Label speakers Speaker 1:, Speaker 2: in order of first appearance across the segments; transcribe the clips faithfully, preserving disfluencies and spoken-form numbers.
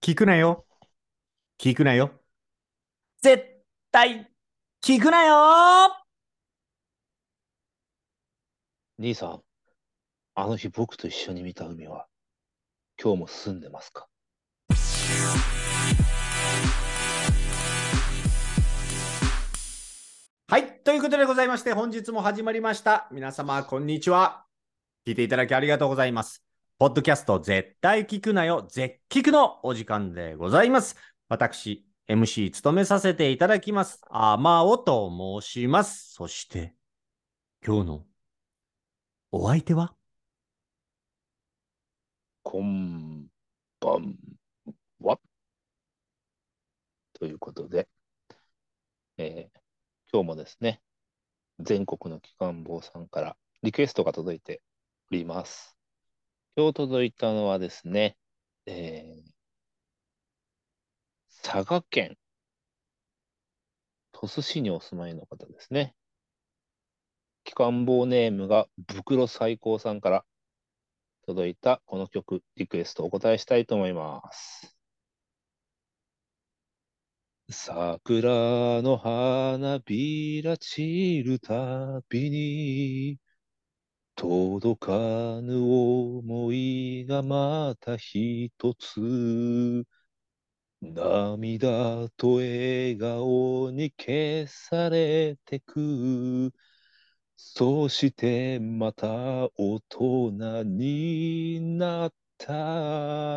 Speaker 1: 聞くなよ。聞くなよ。絶対聞くなよ。
Speaker 2: 兄さん、あの日僕と一緒に見た海は、今日も澄んでますか？
Speaker 1: はい。ということでございまして、本日も始まりました。皆様、こんにちは。聞いていただきありがとうございます。ポッドキャスト、絶対聞くなよ。絶聞くのお時間でございます。私、エムシー 務めさせていただきます。あまおと申します。そして、今日のお相手は
Speaker 2: こんばんは。ということで、えー今日もですね、全国の機関坊さんからリクエストが届いております。今日届いたのはですね、えー佐賀県鳥栖市にお住まいの方ですね。機関坊ネームがブクロ最高さんから届いたこの曲、リクエストをお答えしたいと思います。桜の花びら散るたびに、届かぬ想いがまた一つ、涙と笑顔に消されてく。そしてまた大人になった。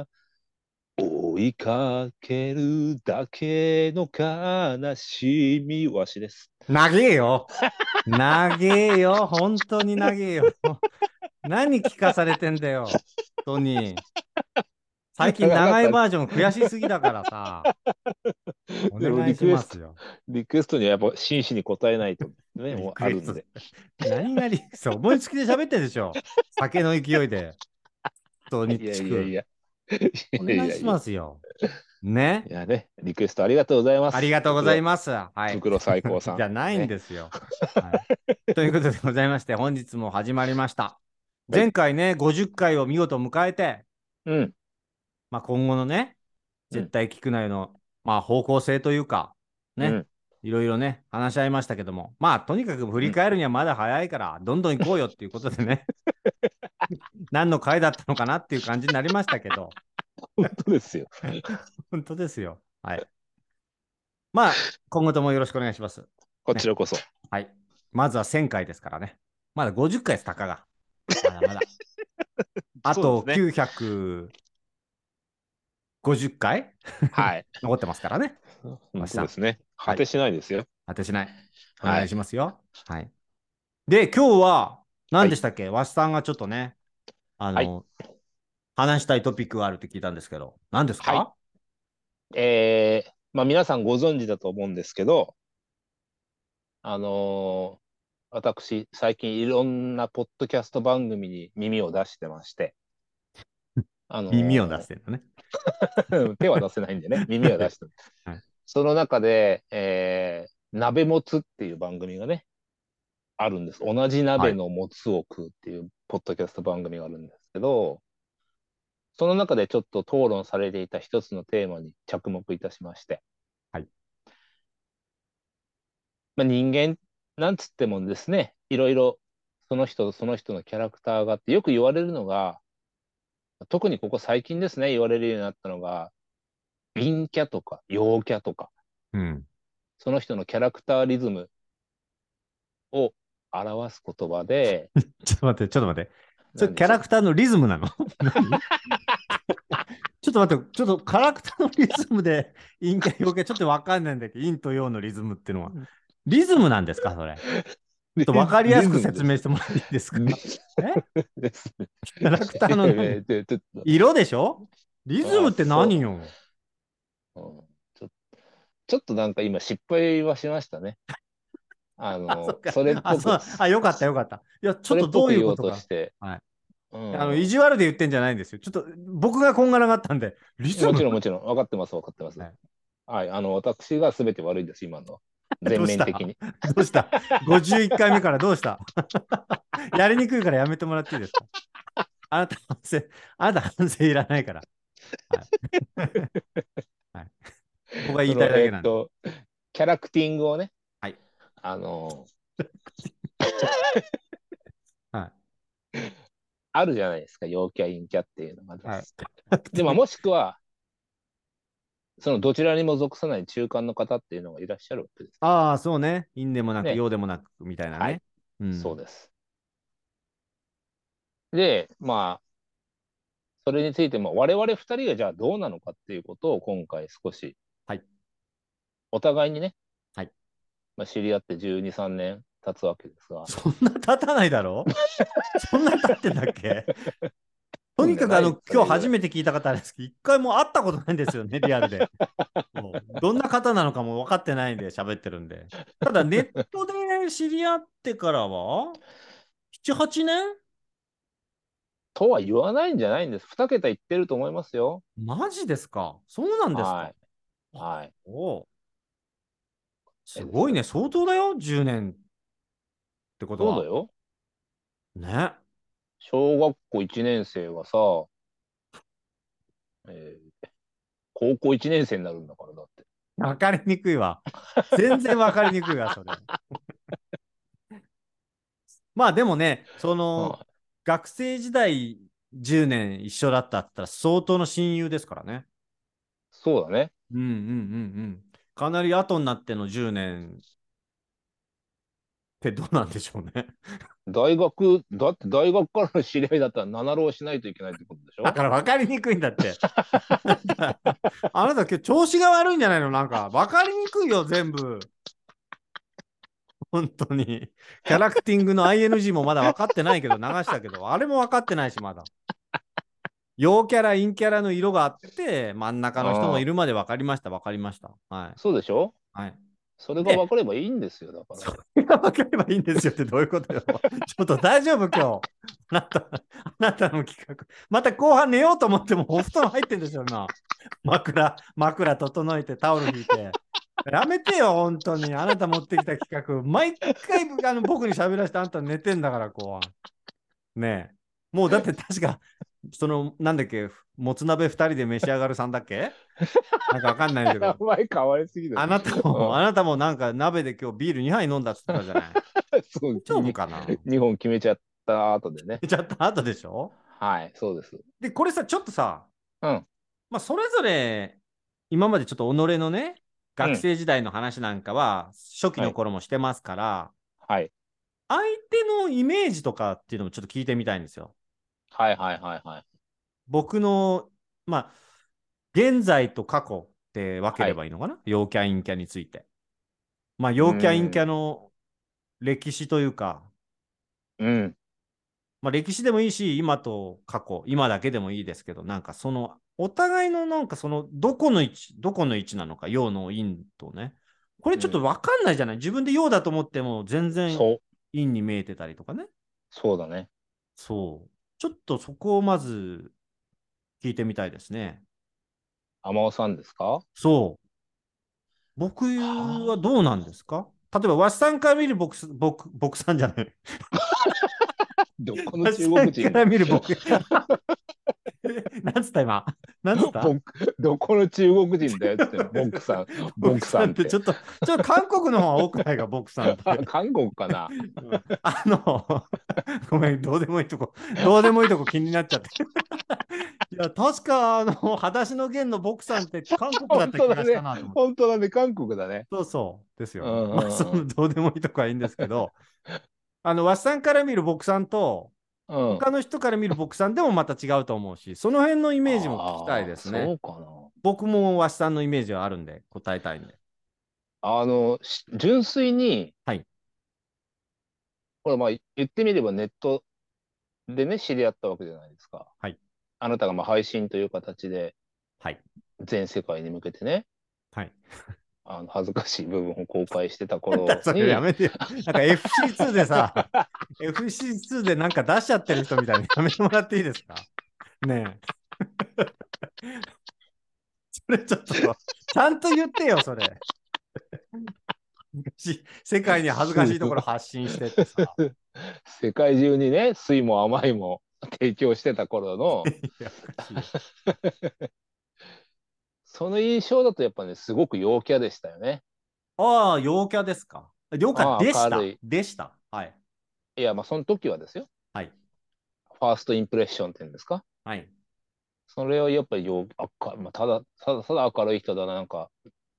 Speaker 2: 追いかけるだけの悲しみわしです。
Speaker 1: 長えよ。長えよ。本当に長えよ。何聞かされてんだよ。本当に。最近
Speaker 2: 長かった。
Speaker 1: 長いバージョン悔しすぎだからさ。お
Speaker 2: でも
Speaker 1: 願いし
Speaker 2: リクエスト、
Speaker 1: ますよ。
Speaker 2: リクエストにはやっぱ真摯に答えないとね、
Speaker 1: リ
Speaker 2: もう
Speaker 1: クエスト。
Speaker 2: あるんで。
Speaker 1: 何がリクエスト思いつきで喋ってるでしょ。酒の勢いで。本当に
Speaker 2: いや
Speaker 1: チク。
Speaker 2: いやいや。
Speaker 1: お
Speaker 2: いやい
Speaker 1: 願いし
Speaker 2: やいや。
Speaker 1: ますよ。ね。
Speaker 2: いやね、リクエストありがとうございます。
Speaker 1: ありがとうござい
Speaker 2: 袋、
Speaker 1: ます。はい。
Speaker 2: 袋最高さ
Speaker 1: じゃない
Speaker 2: ん。ね。
Speaker 1: んですよ。はい。ということでございまして、本日も始まりました。
Speaker 2: はい。
Speaker 1: 前回ね、ごじゅっかいを見事迎えて、
Speaker 2: うん。
Speaker 1: まあ、今後のね、
Speaker 2: うん。
Speaker 1: 絶対聞くなよの、まあ、方向性というか、ね、
Speaker 2: うん。
Speaker 1: いろいろね、話し合いましたけども、まあ、とにかく振
Speaker 2: うん。
Speaker 1: り返るにはまだ早いから、どんどん行こうよっていうことでね、何の回だったのかなっていう感じになりましたけど、
Speaker 2: 本当ですよ。
Speaker 1: 本当ですよ。はい。まあ、今後ともよろしくお願いします。ね。
Speaker 2: こちらこそ。
Speaker 1: はい。まずはせんかいですからね。まだごじゅっかいです、たかが。まだまだ。あと
Speaker 2: そうですね。
Speaker 1: きゅうひゃくごじゅっかい
Speaker 2: はい。
Speaker 1: 残ってますからね。わ
Speaker 2: 本
Speaker 1: しさん。
Speaker 2: 当ですね。
Speaker 1: はい。
Speaker 2: 果てしないですよ。
Speaker 1: 果てしない。お願い
Speaker 2: はい。
Speaker 1: しますよ。はい。で、今日は、
Speaker 2: はい。
Speaker 1: 何でしたっけわしさんがちょっとね、あ
Speaker 2: はい。
Speaker 1: の、話したいトピックがあるって聞いたんですけど、何です
Speaker 2: はい。
Speaker 1: か？
Speaker 2: えー、まあ皆さんご存知だと思うんですけど、あのー私、最近いろんなポッドキャスト番組に耳を出してまして、あ
Speaker 1: 耳を出し
Speaker 2: の
Speaker 1: てるのね。
Speaker 2: ー手は出せないんでね、耳は出してる。
Speaker 1: はい。
Speaker 2: その中で、えー、鍋もつっていう番組がね、あるんです。同じ
Speaker 1: はい。
Speaker 2: 鍋のもつを食うっていうポッドキャスト番組があるんですけど、その中でちょっと討論されていた一つのテーマに着目いたしまして、
Speaker 1: はい。
Speaker 2: まあ、人間なんつってもですね、いろいろその人とその人のキャラクターがあってよく言われるのが、特にここ最近ですね、言われるようになったのが、陰キャとか陽キャとか、
Speaker 1: うん。
Speaker 2: その人のキャラクターリズムを表す言葉で、
Speaker 1: ちょっと待って、ちょっと待って。それキャ
Speaker 2: なんでしょう。
Speaker 1: ラクターのリズムなの？何？ちょっと待って、ちょっとキャラクターのリズムで陰キャ陽キャちょっとわかんないんだけど、陰と陽のリズムっていうのは。リズムなんですか、それ。ちょっ
Speaker 2: リズ
Speaker 1: とわかりやすく
Speaker 2: リズムです。
Speaker 1: 説明してもらっていいですか？
Speaker 2: リ
Speaker 1: え
Speaker 2: ズムですね。
Speaker 1: キャラクターの
Speaker 2: いやいや
Speaker 1: 何？
Speaker 2: ちょちょっと、
Speaker 1: 色でしょ？リズ
Speaker 2: あ、
Speaker 1: ムって何
Speaker 2: そ
Speaker 1: よ？
Speaker 2: う、うん、ちょ、ちょっとなんか今失敗はしましたね。あ
Speaker 1: あ、そ
Speaker 2: の、
Speaker 1: っか。
Speaker 2: それっ
Speaker 1: あ、
Speaker 2: ぽく、
Speaker 1: そう。あ、よかった、よかった。いや、ちょ
Speaker 2: それっ
Speaker 1: っとどう
Speaker 2: ぽく言おう
Speaker 1: いうことか。
Speaker 2: として、
Speaker 1: はい。
Speaker 2: う
Speaker 1: あの、意
Speaker 2: ん、
Speaker 1: 地悪で言ってんじゃないんですよ。ちょっと僕がこんがらがったんで、リズム。
Speaker 2: もちろんもちろん、分かってます、分かってます。
Speaker 1: はい。
Speaker 2: はい、あの、私が全て悪いです、今の。
Speaker 1: ど
Speaker 2: 全
Speaker 1: うした？
Speaker 2: 面的に。
Speaker 1: どうした？ ごじゅういっ 回目からどうした？やりにくいからやめてもらっていいですか？あなた反省、あなた反省いらないから。はい。 が言い
Speaker 2: その、
Speaker 1: たいだけなんで。
Speaker 2: えーっと、キャラクティングをね、
Speaker 1: はい。
Speaker 2: あの、
Speaker 1: はい。
Speaker 2: あるじゃないですか、陽キャ、陰キャっていうのが。
Speaker 1: はい。
Speaker 2: で、まあ、もしくは、そのどちらにも属さない中間の方っていうのがいらっしゃるわけです。
Speaker 1: ああ、そうね。陰でもなく、
Speaker 2: ね。
Speaker 1: 陽でもなく、みたいなね。
Speaker 2: はい。
Speaker 1: うん。
Speaker 2: そうです。で、まあ、それについても、我々二人がじゃあどうなのかっていうことを今回少し、
Speaker 1: はい。
Speaker 2: お互いにね、
Speaker 1: はい。
Speaker 2: まあ、知り合ってじゅうに、さんねん経つわけですが、
Speaker 1: そんな経たないだろ？そんな経ってんだっけ？と
Speaker 2: 組んでない、
Speaker 1: にかくあの、今日
Speaker 2: それぐらい。
Speaker 1: 初めて聞いた方ですけど、一回も会ったことないんですよね、リアルで。もうどんな方なのかも分かってないんで喋ってるんで。ただネットで知り合ってからは、なな、はちねん？
Speaker 2: とは言わないんじゃないんです。二桁いってると思いますよ。
Speaker 1: マジですか？そうなんですか？
Speaker 2: はい。はい。
Speaker 1: おお、す
Speaker 2: えですよ。
Speaker 1: ごいね。相当だよ。じゅうねんってことは。
Speaker 2: そうだよ。
Speaker 1: ね。
Speaker 2: 小学校いちねん生がさ、えー高校いちねん生になるんだから、だって。
Speaker 1: 分かりにくいわ。全然分かりにくいわ、それ。まあでもね、その、
Speaker 2: はい。
Speaker 1: 学生時代じゅうねん一緒だったって言ったら相当の親友ですからね。
Speaker 2: そうだね。
Speaker 1: うんうんうんうん。かなり後になってのじゅうねんってどうなんでしょうね。
Speaker 2: 大学、だって大学からの知り合いだったら七浪しないといけないってことでし
Speaker 1: だ
Speaker 2: ょ？
Speaker 1: から分かりにくいんだって。あなた今日調子が悪いんじゃないの？なんか分かりにくいよ、全部。本当に。キャラクティングの アイエヌジー もまだ分かってないけど、流したけど、あれも分かってないし、まだ。陽キャラ、陰キャラの色があって、真ん中の人も
Speaker 2: ああ、
Speaker 1: いるまで分かりました、分かりました。はい。
Speaker 2: そうでしょ？
Speaker 1: はい。
Speaker 2: それが分
Speaker 1: で、
Speaker 2: かればいいんですよ、だから。
Speaker 1: それが分かればいいんですよってどういうことよ。ちょっと大丈夫今日。あなた、あなたの企画。また後半寝ようと思ってもお布団入ってんですよ、今。枕、枕整えてタオル引いて。やめてよ、本当に。あなた持ってきた企画。毎回あの僕に喋らせてあんた寝てんだから、後半。ねえ。もうだって確か、その、なんだっけ、もつ鍋ふたりで召し上がるさんだっけ？なんかわかんないけど、
Speaker 2: 名前変わりすぎる。
Speaker 1: あなたも、
Speaker 2: うん。
Speaker 1: あなたもなんか鍋で今日ビールにはい飲んだっつってたじゃない。
Speaker 2: そう、
Speaker 1: 大丈夫
Speaker 2: に
Speaker 1: かな？
Speaker 2: 日本決めちゃった後でね。
Speaker 1: ちゃった後でしょ？
Speaker 2: はい、そうです。
Speaker 1: で、これさ、ちょっとさ、
Speaker 2: うん、
Speaker 1: まあ、それぞれ、今までちょっと己のね、
Speaker 2: うん、
Speaker 1: 学生時代の話なんかは、初期
Speaker 2: はい、
Speaker 1: の頃もしてますから、
Speaker 2: はい、
Speaker 1: 相手のイメージとかっていうのもちょっと聞いてみたいんですよ。
Speaker 2: はい、はい、はい、はい。
Speaker 1: 僕の、まあ、現在と過去って分け
Speaker 2: はい。
Speaker 1: ればいいのかな？陽キャ、陰キャについて。まあ、
Speaker 2: うー
Speaker 1: 陽キャ、陰キャ
Speaker 2: ん、
Speaker 1: の歴史というか、
Speaker 2: うん、
Speaker 1: まあ、歴史でもいいし、今と過去、今だけでもいいですけど、なんかその、お互いのなんかその、どこの位置、どこの位置なのか、陽の陰とね。これちょっと
Speaker 2: うん。
Speaker 1: わかんないじゃない？自分で陽だと思っても、全然
Speaker 2: そう、
Speaker 1: 陰に見えてたりとかね。
Speaker 2: そうだね。
Speaker 1: そう。ちょっとそこをまず聞いてみたいですね。
Speaker 2: 天尾さんですか？
Speaker 1: そう。僕
Speaker 2: はあ。
Speaker 1: はどうなんですか？例えば、ワッサンから見る僕す、僕、僕さんじゃない。
Speaker 2: どこの中
Speaker 1: ワッサン
Speaker 2: 国人だよ。
Speaker 1: から見る僕。なんつった今。なんつった？
Speaker 2: 僕、どこの中国人だよって言ってんの、ボクさん、ボ
Speaker 1: ボクさん
Speaker 2: クさんって。
Speaker 1: ってちょっと、ちょっと韓国の方が多くないか、ボクさんっ
Speaker 2: あ、
Speaker 1: て。
Speaker 2: 韓国かな。
Speaker 1: うん、あの、ごめん、どうでもいいとこ、どうでもいいとこ気になっちゃって。いや、確か、あの、裸足の弦のボクさんって韓国だっ
Speaker 2: 本
Speaker 1: た気がした
Speaker 2: 当だね。
Speaker 1: なと思って。
Speaker 2: 本当だね。韓国だね。
Speaker 1: そうそうですよ。
Speaker 2: うんう
Speaker 1: まあ、そ
Speaker 2: んうん。
Speaker 1: のどうでもいいとこはいいんですけど、あの、ワッサンから見るボクさんと、
Speaker 2: うん。
Speaker 1: 他の人から見るボクさんでもまた違うと思うし、その辺のイメージも聞きたい
Speaker 2: ああ、
Speaker 1: ですね。
Speaker 2: そうかな。
Speaker 1: 僕もワッサンのイメージはあるんで、答えたいんで。
Speaker 2: あの、し純粋に、
Speaker 1: はい。
Speaker 2: これまあ言ってみればネットでね、知り合ったわけじゃないですか。
Speaker 1: はい。
Speaker 2: あなたがまあ配信という形で
Speaker 1: はい。
Speaker 2: 全世界に向けてね、
Speaker 1: はい。
Speaker 2: あの恥ずかしい部分を公開してた
Speaker 1: だそれや
Speaker 2: 頃に、
Speaker 1: めてよ。なんか エフシーツー でさ、エフシーツー でなんか出しちゃってる人みたいにやめてもらっていいですか？ねえ。それちょっと、ちゃんと言ってよ、それ。し世界に恥ずかしいところ発信してってさ。
Speaker 2: 世界中にね、酸いも甘いも提供してた頃の、
Speaker 1: いや、おかしいよ。
Speaker 2: その印象だとやっぱね、すごく陽キャでしたよね。
Speaker 1: ああ、陽キャですか。陽キャ
Speaker 2: ああ、
Speaker 1: でした。
Speaker 2: 明るい。
Speaker 1: でした。はい。
Speaker 2: いや、まあその時はですよ。
Speaker 1: はい。
Speaker 2: ファーストインプレッションっていうんですか。
Speaker 1: はい。
Speaker 2: それをやっぱり陽、明まあ、ただ、ただ、ただ明るい人だな、なんか、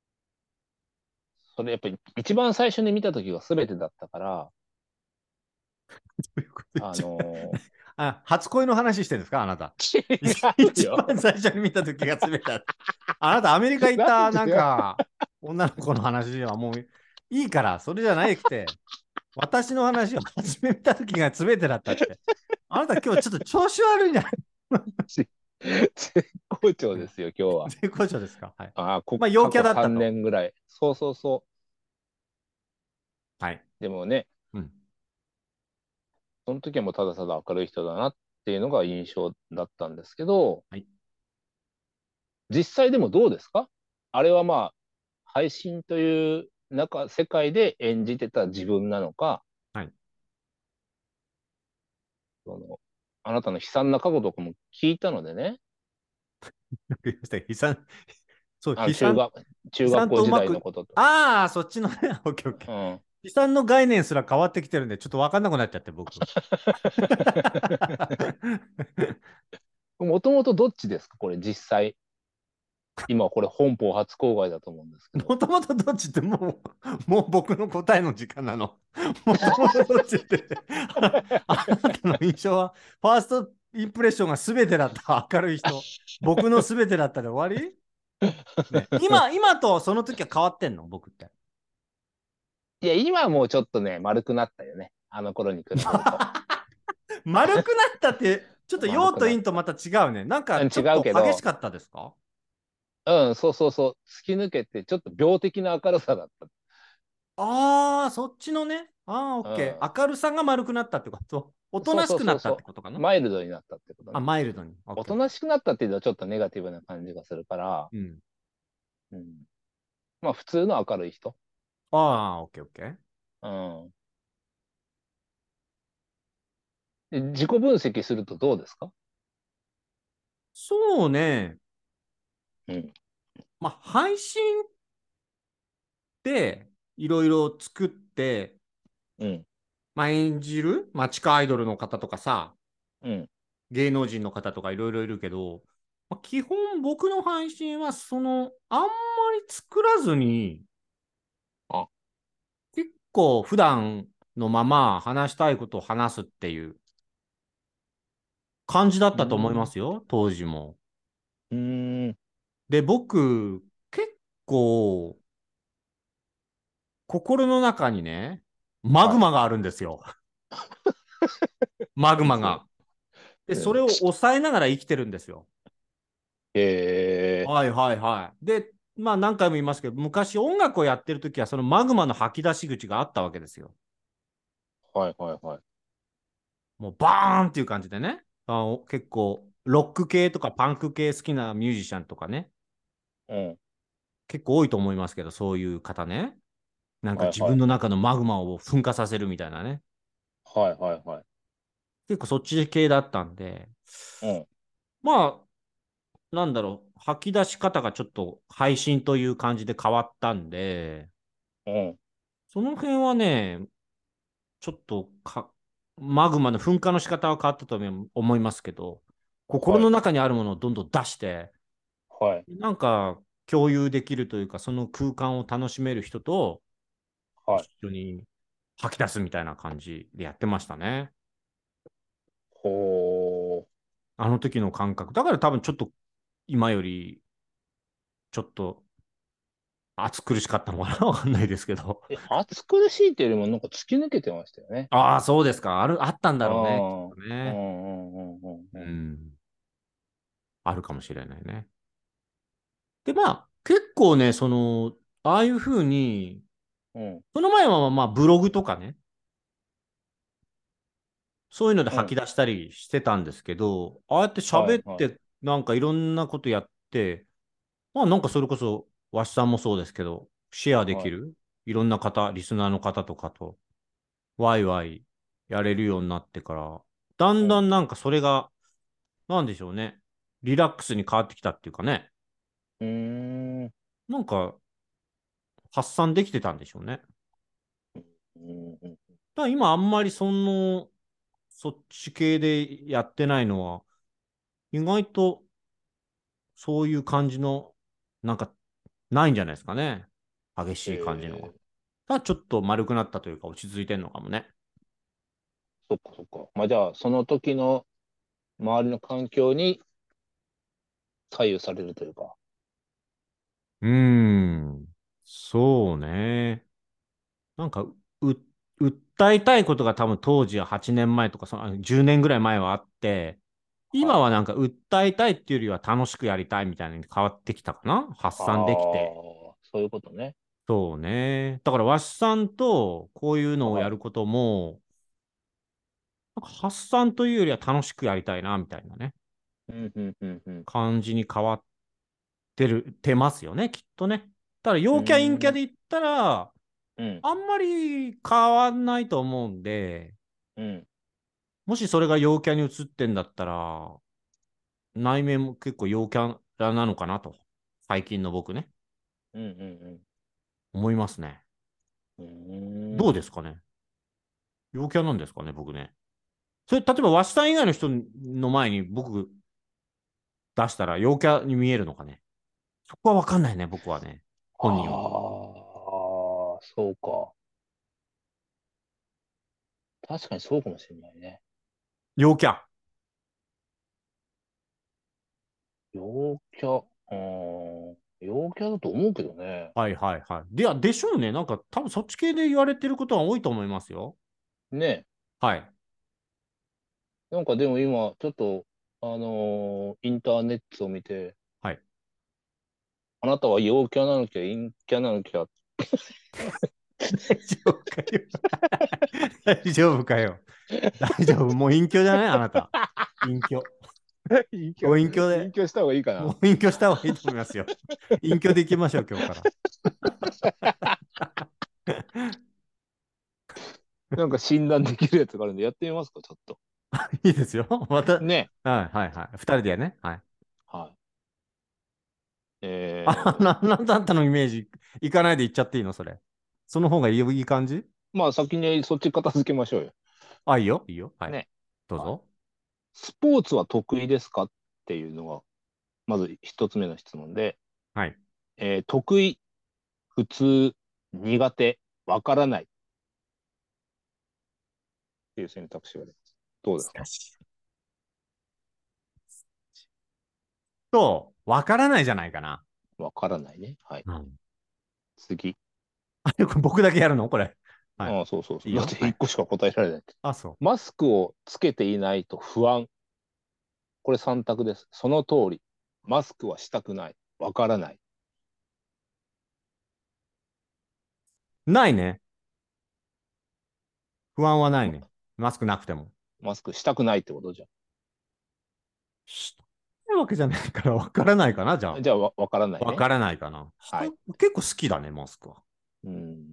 Speaker 2: それやっぱり一番最初に見た時が全てだったから、
Speaker 1: どういうこと
Speaker 2: あ
Speaker 1: 一番
Speaker 2: の
Speaker 1: あ、初恋の話してるんですかあなた。
Speaker 2: ー、違う
Speaker 1: 一
Speaker 2: よ。
Speaker 1: 番最初に見た時が全てだ。あなたアメリカ行ったなん
Speaker 2: なんで違う。
Speaker 1: か女の子の話はもういいから、それじゃないくて、私の話を初め見た時が全てだったって。あなた今日ちょっと調子悪いんじゃない？
Speaker 2: 絶好調ですよ、今日は。
Speaker 1: 絶好調ですか？はい。
Speaker 2: ああ、こ、
Speaker 1: まあ陽キャ
Speaker 2: 過去3
Speaker 1: だったと。
Speaker 2: 年ぐらい。そうそうそ
Speaker 1: はい。
Speaker 2: う。でもね、
Speaker 1: うん。
Speaker 2: その時はもうただただ明るい人だなっていうのが印象だったんですけど、
Speaker 1: はい。
Speaker 2: 実際でもどうですか？あれはまあ、配信という中、世界で演じてた自分なのか、
Speaker 1: はい。
Speaker 2: その、あなたの悲惨な過去とかも聞いたのでね、
Speaker 1: 悲惨、そう、
Speaker 2: あの
Speaker 1: 悲惨、
Speaker 2: 中学、中
Speaker 1: 悲惨
Speaker 2: 学校時
Speaker 1: とうまく、
Speaker 2: 代のことと。
Speaker 1: ああ、そっちのね、オッケーオッケー。
Speaker 2: うん。
Speaker 1: 悲惨の概念すら変わってきてるんで、ちょっと分かんなくなっちゃって、僕。
Speaker 2: もともとどっちですかこれ実際。今これ本邦初公開だと思うんですけど。
Speaker 1: もともとどっちってもう、もう僕の答えの時間なの。もともとどっちってあ、あなたの印象は、ファーストインプレッションが全てだった、明るい人。僕の全てだったで終わりね。今、今とその時は変わってんの僕って。
Speaker 2: いや、今はもうちょっとね、丸くなったよね。あの頃に比べると。
Speaker 1: 丸くなったって、ちょっと陽と
Speaker 2: 丸くなった。
Speaker 1: 陰とまた違うね。なんか
Speaker 2: うん、違
Speaker 1: ちょっと
Speaker 2: うけど、
Speaker 1: 激しかったですか？
Speaker 2: うん、そうそうそう。突き抜けて、ちょっと病的な明るさだっ
Speaker 1: ああー、そっちのね。ああ、オ
Speaker 2: た。
Speaker 1: ッケ
Speaker 2: うん。
Speaker 1: ー。明るさが丸くなったってこと。おと
Speaker 2: そう
Speaker 1: なしくなったっ
Speaker 2: そうそうそ
Speaker 1: てことかな？
Speaker 2: う。マイルドになったってこと
Speaker 1: あ、
Speaker 2: ね。
Speaker 1: マイルドに。オッ
Speaker 2: お
Speaker 1: ケーオッケ
Speaker 2: となしくなったっていうのはちょっとネガティブな感じがするから、
Speaker 1: ー。うん。
Speaker 2: うん。まあ普通の明るい人。
Speaker 1: ああ、オッケーオッケー。
Speaker 2: うん。で自己分析するとどうですか？
Speaker 1: そうね。
Speaker 2: うん。
Speaker 1: まあ、配信っていろいろ作って、
Speaker 2: うん。
Speaker 1: まあ、演じる、まあ、地下アイドルの方とかさ、
Speaker 2: うん。
Speaker 1: 芸能人の方とかいろいろいるけど、まあ、基本僕の配信はその、あんまり作らずに、
Speaker 2: あ、
Speaker 1: 結構普段のまま話したいことを話すっていう感じだったと思いま
Speaker 2: うん。
Speaker 1: すよ、当時も。
Speaker 2: うん。
Speaker 1: で、僕、結構、心の中にね、マグ
Speaker 2: はい。
Speaker 1: マがあるんですよ。マグ
Speaker 2: 何それ。
Speaker 1: マが。で、
Speaker 2: うん。
Speaker 1: それを抑えながら生きてるんですよ。
Speaker 2: へえ。
Speaker 1: はいはいはい。で、まあ何回も言いますけど、昔音楽をやってる時はそのマグマの吐き出し口があったわけですよ。
Speaker 2: はいはいはい。
Speaker 1: もうバーンっていう感じでね。あの結構ロック系とかパンク系好きなミュージシャンとかね。
Speaker 2: うん。
Speaker 1: 結構多いと思いますけど、そういう方ね。なんか
Speaker 2: はいはい。
Speaker 1: 自分の中のマグマを噴火させるみたいなね。
Speaker 2: はいはいはい。
Speaker 1: 結構そっち系だったんで、
Speaker 2: うん。
Speaker 1: まあ、なんだろう、吐き出し方がちょっと配信という感じで変わったんで、
Speaker 2: うん。
Speaker 1: その辺はね、ちょっとか、マグマの噴火の仕方は変わったと思いますけど、心
Speaker 2: はい。
Speaker 1: の中にあるものをどんどん出して、
Speaker 2: はい。
Speaker 1: なんか共有できるというか、その空間を楽しめる人と一
Speaker 2: はい。
Speaker 1: 緒に吐き出すみたいな感じでやってましたね。
Speaker 2: ほー。
Speaker 1: あの時の感覚。だから多分ちょっと今よりちょっと暑苦しかったのかなわかんないですけど。
Speaker 2: え、暑苦しいっていうよりもなんか突き抜けてましたよね。
Speaker 1: ああ、そうですか。ある、あったん
Speaker 2: ああ。
Speaker 1: だろうね。きっと
Speaker 2: うんう
Speaker 1: ね。
Speaker 2: んうんうん
Speaker 1: う
Speaker 2: うん。
Speaker 1: ん。あるかもしれないね。で、まあ、結構ね、その、ああいうふうに、
Speaker 2: うん。
Speaker 1: その前はまあ、ブログとかね、そういうので
Speaker 2: うん。
Speaker 1: 吐き出したりしてたんですけど、ああやって
Speaker 2: はいはい。
Speaker 1: 喋って、なんかいろんなことやって、まあ、なんかそれこそ、わしさんもそうですけど、シェアで
Speaker 2: はい。
Speaker 1: きる、いろんな方、リスナーの方とかと、ワイワイやれるようになってから、だんだ
Speaker 2: うん。
Speaker 1: んなんかそれが、なんでしょうね、リラックスに変わってきたっていうかね、
Speaker 2: うーん。
Speaker 1: なんか発散できてたんでしょうね。
Speaker 2: うんうん。
Speaker 1: だから今あんまりその、そっち系でやってないのは、意外とそういう感じの、なんかないんじゃないですかね。激しい感じのは。
Speaker 2: えー、
Speaker 1: ただちょっと丸くなったというか落ち着いてんのかもね。
Speaker 2: そっかそっか。まあじゃあ、その時の周りの環境に左右されるというか。
Speaker 1: うーん。そうね。なんか、う、訴えたいことが多分当時ははちねんまえとかそのじゅうねんぐらい前はあって、今
Speaker 2: はい。
Speaker 1: はなんか訴えたいっていうよりは楽しくやりたいみたいに変わってきたかな発
Speaker 2: ああ、
Speaker 1: 散できて。
Speaker 2: そういうことね。
Speaker 1: そうね。だからわしさんとこういうのを
Speaker 2: はい。
Speaker 1: やることも、なんか発散というよりは楽しくやりたいなみたいなね、
Speaker 2: うんうんうんうん。
Speaker 1: 感じに変わってる、てますよね、きっとね。ただ
Speaker 2: う
Speaker 1: 陽キャ陰キャ
Speaker 2: ーん。
Speaker 1: で言ったら、
Speaker 2: うん。
Speaker 1: あんまり変わんないと思うんで、
Speaker 2: うん。
Speaker 1: もしそれが陽キャに移ってんだったら、内面も結構陽キャラなのかなと、最近の僕ね、
Speaker 2: うんうん
Speaker 1: 思いますね。
Speaker 2: うん。うーん。
Speaker 1: どうですかね。陽キャなんですかね、僕ね。それ、例えば、ワシさん以外の人の前に僕出したら陽キャに見えるのかね。そこはわかんないね、僕はね。本人は。
Speaker 2: ああ、そうか。確かにそうかもしれないね。
Speaker 1: 陽キャ。
Speaker 2: 陽キャ、うーん。陽キャだと思うけどね。
Speaker 1: はいはいはい。では、でしょうね。なんか、多分そっち系で言われてることは多いと思いますよ。
Speaker 2: ね。
Speaker 1: はい。
Speaker 2: なんかでも今、ちょっと、あのーインターネットを見て、
Speaker 1: はい。
Speaker 2: あなたは陽キャなのきゃ陰キャなのきゃ、
Speaker 1: 大丈夫かよ。大丈夫かよ。大丈夫。もう隠居じゃないあなた。隠居。
Speaker 2: 陰キャ、
Speaker 1: ご隠居で。
Speaker 2: 隠居した方がいいか
Speaker 1: も
Speaker 2: な。
Speaker 1: う隠居した方がいいと思いますよ。隠居で行きましょう、今日から。
Speaker 2: なんか診断できるやつがあるんで、やってみますか、ちょっと。
Speaker 1: いいですよ。また、
Speaker 2: ね。
Speaker 1: はいはいはい。二人でね。はい。
Speaker 2: はい。
Speaker 1: あ、
Speaker 2: え
Speaker 1: な、なんだったのイメージ、行かないで行っちゃっていいのそれ。その方がいい、いい感じ。
Speaker 2: ー、まあ先にそっち片付けましょうよ。
Speaker 1: あ、いいよ。いいよ。はい。
Speaker 2: ね。はい。
Speaker 1: どうぞ。
Speaker 2: スポーツは得意ですかっていうのが、まず一つ目の質問で、
Speaker 1: はい。
Speaker 2: えー得意、普通、苦手、わからないっていう選択肢があります。どうですか？
Speaker 1: 難しい。と、わからないじゃないかな。
Speaker 2: わからないね。はい。
Speaker 1: うん。
Speaker 2: 次。
Speaker 1: あれ、これ僕だけやるのこれ。はい。
Speaker 2: ああ、そうそうそう。だっ
Speaker 1: いいよ。はい。
Speaker 2: て一個しか答えられない。
Speaker 1: あ、そ
Speaker 2: マスクをつけていないと不安。これさん択です。その通り。マスクはしたくない。わからない。
Speaker 1: う。ないね。不安はないね。
Speaker 2: ま
Speaker 1: マスクなくても。
Speaker 2: マスクしたくないってことじ
Speaker 1: したいわけじゃないからわからないかな、じゃ
Speaker 2: ゃん。
Speaker 1: あ。
Speaker 2: じゃあわ、わからないね。
Speaker 1: わからないかな。した
Speaker 2: はい。
Speaker 1: 結構好きだね、マスクは。
Speaker 2: うん。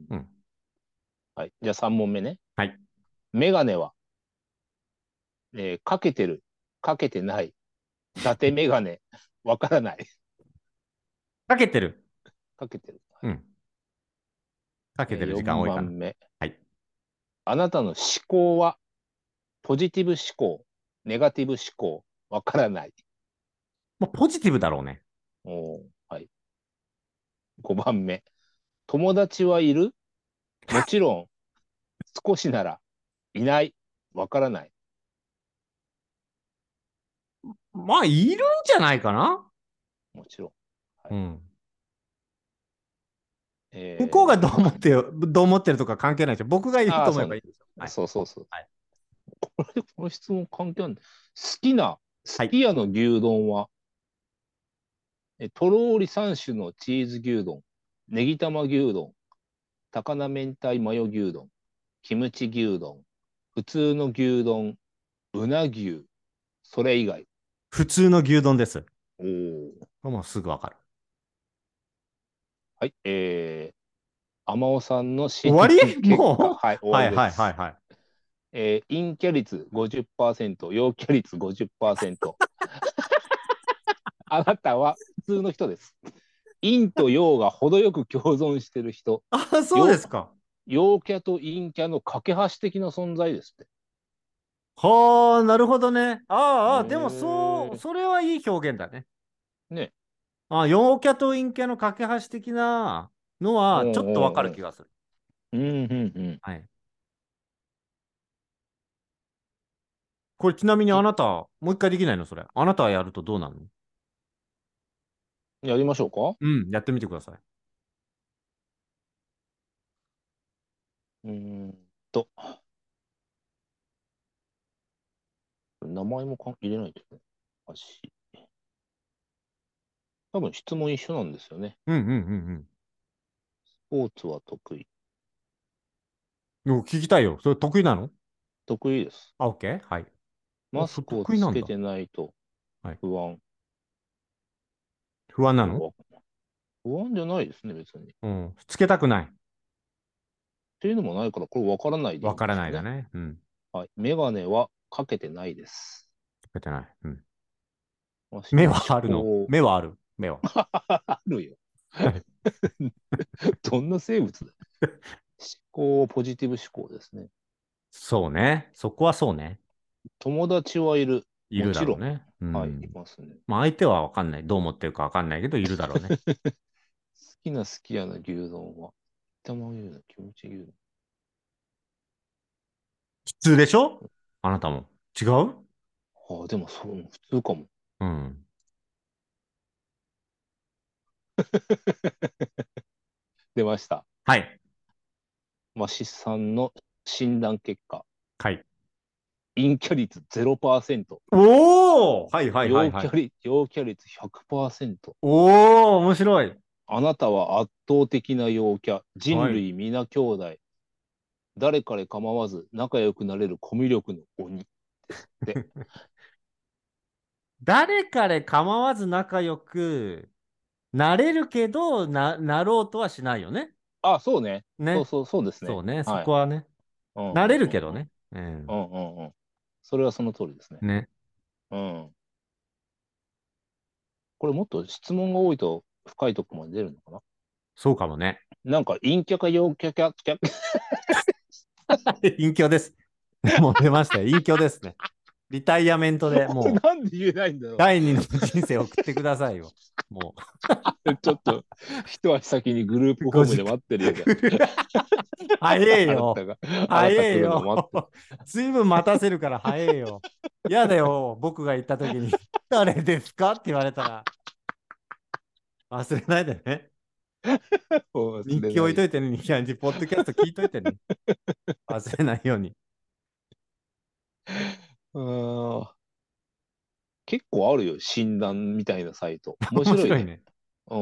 Speaker 1: うん。
Speaker 2: はい。じゃあさん問目ね。
Speaker 1: はい。
Speaker 2: メガネは、えーかけてる、かけてない、伊達メガネ、わからない。
Speaker 1: かけてる。
Speaker 2: かけてる。はい。
Speaker 1: うん。かけて
Speaker 2: えー、
Speaker 1: る時間
Speaker 2: 4
Speaker 1: 多いかな。
Speaker 2: 番目。
Speaker 1: はい。
Speaker 2: あなたの思考は、ポジティブ思考、ネガティブ思考、わからない。
Speaker 1: まあ、ポジティブだろうね。
Speaker 2: おー、はい。ごばんめ。友達はいる？もちろん、少しなら、いない。わからない。
Speaker 1: まあ、いるんじゃないかな。
Speaker 2: もちろん。はい。
Speaker 1: うん。向こうがどう
Speaker 2: えー、か
Speaker 1: 思ってよ、どう思ってるとか関係ないでしょ。僕がいると
Speaker 2: ああ、そうね。
Speaker 1: 思えばいいんですよ。はい。
Speaker 2: そうそうそう。
Speaker 1: はい。
Speaker 2: これ、この質問関係あるんだ。好きな、す
Speaker 1: はい。
Speaker 2: き家の牛丼は、えとろーりさん種のチーズ牛丼、ネギ玉牛丼、高菜明太マヨ牛丼、キムチ牛丼、普通の牛丼、うな牛、それ以外。
Speaker 1: 普通の牛丼です。
Speaker 2: おー。
Speaker 1: もうすぐわかる。
Speaker 2: はい。えー、天尾さんの診
Speaker 1: 終わ
Speaker 2: 断
Speaker 1: り
Speaker 2: 結果、
Speaker 1: もう。
Speaker 2: はい、終わり
Speaker 1: はいはいはい
Speaker 2: です。
Speaker 1: はい。
Speaker 2: えー、陰キャ率ごじゅっパーセント、陽キャ率ごじゅっパーセント。 あなたは普通の人です。陰と陽が程よく共存してる人。
Speaker 1: あ、そうで
Speaker 2: 陽、
Speaker 1: すか。
Speaker 2: 陽キャと陰キャの架け橋的な存在ですって。
Speaker 1: はあ、なるほどね。ああ、ああでもそう、
Speaker 2: へえ。
Speaker 1: それはいい表現だね。
Speaker 2: ね。
Speaker 1: ああ、陽キャと陰キャの架け橋的なのは、ちょっ
Speaker 2: うん
Speaker 1: とわか
Speaker 2: うん
Speaker 1: る気がする。
Speaker 2: うん。うんうんうん。
Speaker 1: はい。これちなみにあ
Speaker 2: い
Speaker 1: なた、もう一回できないのそれ。あなたはやるとどうなるの？
Speaker 2: やりましょうか。
Speaker 1: うん、やってみてください。
Speaker 2: うーんと、名前もか入れないとね。足。多分質問一緒なんですよね。
Speaker 1: うんうんうん
Speaker 2: スポーツは得意。
Speaker 1: うん。お聞きたいよ。それ得意なの？
Speaker 2: 得意です。
Speaker 1: あ、OK? はい。あ、それ
Speaker 2: マスクを
Speaker 1: 得意なんだ。
Speaker 2: つけてないと
Speaker 1: はい。
Speaker 2: 不安。
Speaker 1: 不安なの？
Speaker 2: これは不安じゃないですね、別に。っ
Speaker 1: うん。つけたくない。
Speaker 2: ていうのもないから、これわからないでいい
Speaker 1: わから
Speaker 2: んですよね。
Speaker 1: ないだね。うん。
Speaker 2: はい。メガネはかけてないです。
Speaker 1: つけてない。うん。目は
Speaker 2: 私の思
Speaker 1: あるの？
Speaker 2: 考、
Speaker 1: 目はある。目は。
Speaker 2: あるよ。
Speaker 1: はい。
Speaker 2: どんな生物だよ。思考、ポジティブ思考ですね。
Speaker 1: そうね。そこはそうね。
Speaker 2: 友達はいる。
Speaker 1: いるだ
Speaker 2: もちろん。
Speaker 1: ろうね。う
Speaker 2: はい、い
Speaker 1: ん。
Speaker 2: ますね。
Speaker 1: まあ相手はわかんない。どう思ってるかわかんないけど、いるだろうね。
Speaker 2: 好きな好きやな牛丼は、玉牛のキムチ牛丼。
Speaker 1: 普通でしょ？あなたも。違う？
Speaker 2: ああ、でもそう、普通かも。
Speaker 1: うん。
Speaker 2: 出ました。
Speaker 1: はい。
Speaker 2: マシさんの診断結果。
Speaker 1: はい。
Speaker 2: 陰キャ率ゼロパーセント。
Speaker 1: おおはいはいはいはい。
Speaker 2: 陽キャ率、陽キャ率ひゃくパーセント。
Speaker 1: おお面白い。
Speaker 2: あなたは圧倒的な陽キャ。人
Speaker 1: はい。
Speaker 2: 類皆兄弟。誰彼構わず仲良くなれるコミュ力の鬼ですって。
Speaker 1: 誰彼構わず仲良くなれるけど、な、なろうとはしないよね。
Speaker 2: あ、そうね。そう
Speaker 1: ね。
Speaker 2: そう、そうですね。
Speaker 1: そうね。そ
Speaker 2: はい。
Speaker 1: こはね。
Speaker 2: うん
Speaker 1: なれ
Speaker 2: うんうんうん。
Speaker 1: るけどね。うん。
Speaker 2: うんうんうん。それはその通りですね。
Speaker 1: ね。
Speaker 2: うん。これもっと質問が多いと深いところまで出るのかな。
Speaker 1: そうかもね。
Speaker 2: なんか陰キャか陽キャか、キャ、
Speaker 1: 隠居です。もう出ましたよ。隠居ですね。リタイアメントでもう
Speaker 2: なんで言えないんだろ
Speaker 1: 第二の人生を送ってくださいよ。も
Speaker 2: う。ちょっと、一足先にグルー
Speaker 1: う、
Speaker 2: プホームで
Speaker 1: ごじかん。
Speaker 2: 待ってるよ、じゃ
Speaker 1: 早
Speaker 2: あ。
Speaker 1: えよ。
Speaker 2: あなたが、あ
Speaker 1: 早
Speaker 2: なた来るのを
Speaker 1: えよ。
Speaker 2: 待ってる。
Speaker 1: ずいぶん待たせるから早えよ。やだよ。僕が行った時に、誰ですかって言われたら、忘れないでね。
Speaker 2: 忘
Speaker 1: 日記置い
Speaker 2: れない。
Speaker 1: といてね。いや、ポッドキャスト聞いといてね。忘れないように。
Speaker 2: うーん。結構あるよ、診断みたいなサイト。面白いね。
Speaker 1: 面白いね。
Speaker 2: うん。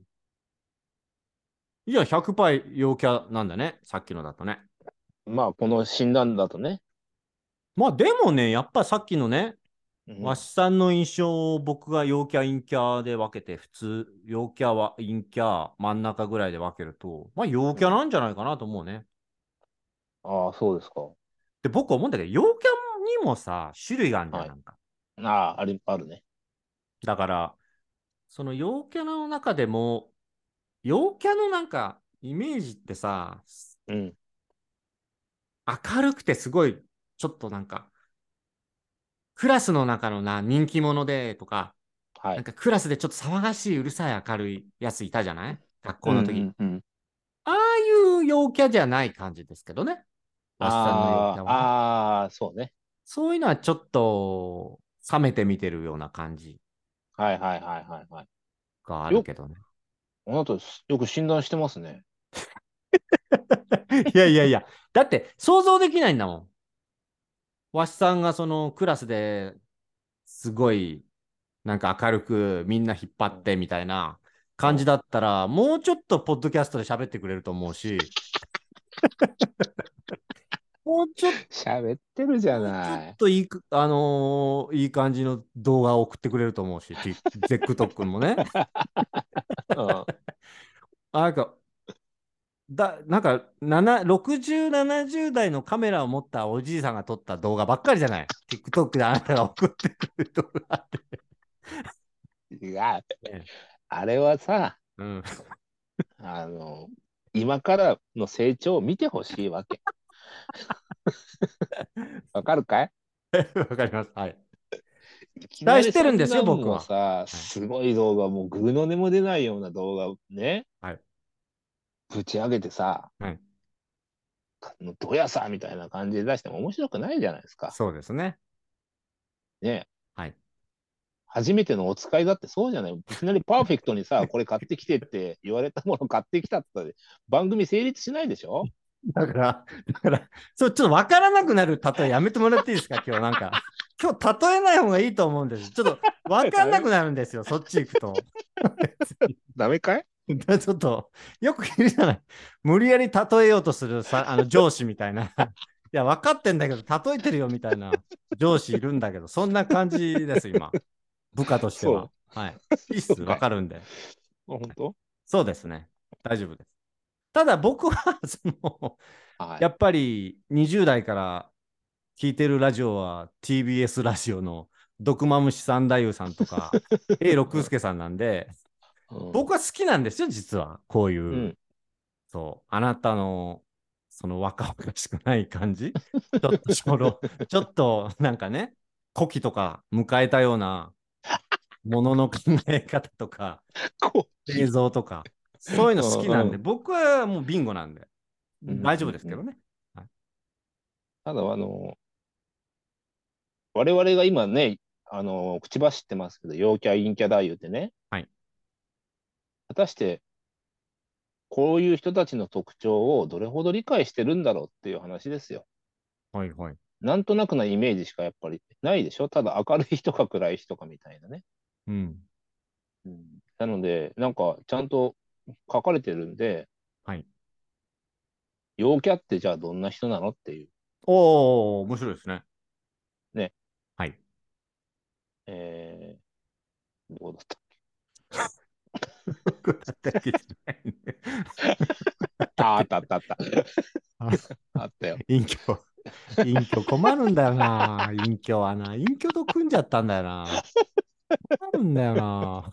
Speaker 1: いや、ひゃくパーセント陽キャなんだね。さっきのだとね。
Speaker 2: まあ、この診断だとね。
Speaker 1: まあでもね、やっぱさっきのね、
Speaker 2: うん。
Speaker 1: わしさんの印象を僕が陽キャ、陰キャで分けて、普通、陽キャは陰キャ、真ん中ぐらいで分けると、まあ陽キャ
Speaker 2: うん。
Speaker 1: なんじゃないかなと思うね。
Speaker 2: ああ、そうですか。
Speaker 1: で、僕思うんだけど、陽キャにもさ、種類があるじゃん、
Speaker 2: はい。
Speaker 1: なんか。
Speaker 2: ああ、ある、あるね。
Speaker 1: だから、その陽キャの中でも、陽キャのなんか、イメージってさ、
Speaker 2: うん。
Speaker 1: 明るくてすごい、ちょっとなんか、クラスの中のな、人気者でとか、
Speaker 2: はい。
Speaker 1: なんかクラスでちょっと騒がしい、うるさい、明るいやついたじゃない学
Speaker 2: うんう
Speaker 1: 校の時。
Speaker 2: んうん。
Speaker 1: ああいう陽キャじゃない感じですけどね。わしさんの陽キ
Speaker 2: ああ、
Speaker 1: ャはね。
Speaker 2: ああ、そうね。
Speaker 1: そういうのはちょっと、冷めて見てるような感じ
Speaker 2: はいはいはいはいはい。
Speaker 1: がある
Speaker 2: よ、
Speaker 1: けどね。
Speaker 2: あなたよく診断してますね。
Speaker 1: いやいやいや。だって想像できないんだもん。わしさんがそのクラスですごいなんか明るくみんな引っ張
Speaker 2: うん。
Speaker 1: ってみたいな
Speaker 2: うん。
Speaker 1: 感じだったら、もうちょっとポッドキャストで喋ってくれると思うし、もうちょっと、
Speaker 2: 喋ってるじゃ
Speaker 1: もうちょっ
Speaker 2: ない。
Speaker 1: といいく、あのーいい感じの動画を送ってくれると思うし、ティゼックトックもね。
Speaker 2: うん。
Speaker 1: あ、なんか、だ、なんか、ななろくじゅう、ななじゅう代のカメラを持ったおじいさんが撮った動画ばっかりじゃない。TikTok であなたが送ってくる動画って。 ね、
Speaker 2: あれはさ、
Speaker 1: うん。
Speaker 2: あの、今からの成長を見てほしいわけ。わかるかい？
Speaker 1: わかります。はい。
Speaker 2: いき
Speaker 1: 期待し
Speaker 2: なりそ
Speaker 1: てるんですよ、
Speaker 2: んなん
Speaker 1: 僕は。
Speaker 2: もさ、
Speaker 1: はい。
Speaker 2: すごい動画、もうグーの音も出ないような動画をね、
Speaker 1: はい。
Speaker 2: ぶち上げてさ、
Speaker 1: はい。
Speaker 2: どやさみたいな感じで出しても面白くないじゃないですか。
Speaker 1: そうですね。
Speaker 2: ね。
Speaker 1: はい。
Speaker 2: 初めてのお使いだってそうじゃない。いきなりパーフェクトにさ、これ買ってきてって言われたもの買ってきたって番組成立しないでしょ？
Speaker 1: だから、だから、そう、ちょっとわからなくなる例えやめてもらっていいですか、今日なんか。今日例えない方がいいと思うんです。ちょっとわかんなくなるんですよ、そっち行くと。
Speaker 2: ダメかい？
Speaker 1: ちょっと、よくいるじゃない。無理やり例えようとするさ、あの上司みたいな。いや、分かってんだけど、例えてるよみたいな上司いるんだけど、そんな感じです、今。部下としては。
Speaker 2: そ
Speaker 1: はい。
Speaker 2: う。
Speaker 1: いいっす、
Speaker 2: そうかい。
Speaker 1: 分かるんで。
Speaker 2: 本当？
Speaker 1: そうですね。大丈夫です。ただ僕は、その、
Speaker 2: はい。
Speaker 1: やっぱりにじゅう代から聞いてるラジオは ティービーエス ラジオの毒マムシ三太夫さんとか、永六輔さんなんで、
Speaker 2: うん。
Speaker 1: 僕は好きなんですよ、実は。こういう、
Speaker 2: うん。
Speaker 1: そう、あなたの、その若々しくない感じ。ちょっと初老、ちょっとなんかね、古希とか迎えたようなものの考え方とか、
Speaker 2: こ
Speaker 1: 映像とか、そういうの
Speaker 2: う。う
Speaker 1: 好きなんで、
Speaker 2: ん。
Speaker 1: 僕はもうビンゴなんで、
Speaker 2: うん。
Speaker 1: 大丈夫
Speaker 2: うん。うん。
Speaker 1: ですけどね。はい。
Speaker 2: ただ、あの、我々が今ね、あの、口走ってますけど、陽キャ、陰キャだ言うてね、
Speaker 1: はい。
Speaker 2: 果たしてこういう人たちの特徴をどれほど理解してるんだろうっていう話ですよ。
Speaker 1: はい。はい。
Speaker 2: なんとなくなイメージしかやっぱりないでしょ？ただ明るい人か暗い人かみたいなね。
Speaker 1: うん。
Speaker 2: うん、なので、なんかちゃんと書かれてるんで、
Speaker 1: はい。
Speaker 2: 陽キャってじゃあどんな人なのっていう。
Speaker 1: おー、面白いですね。
Speaker 2: ね。
Speaker 1: はい。
Speaker 2: えー、どうだった？
Speaker 1: 僕だったっけじゃないね。
Speaker 2: あ、あったあったあった。
Speaker 1: あ、
Speaker 2: あったよ。
Speaker 1: 隠居。隠居困るんだよな。隠居はな。隠居と組んじゃったんだよな。困るんだよな。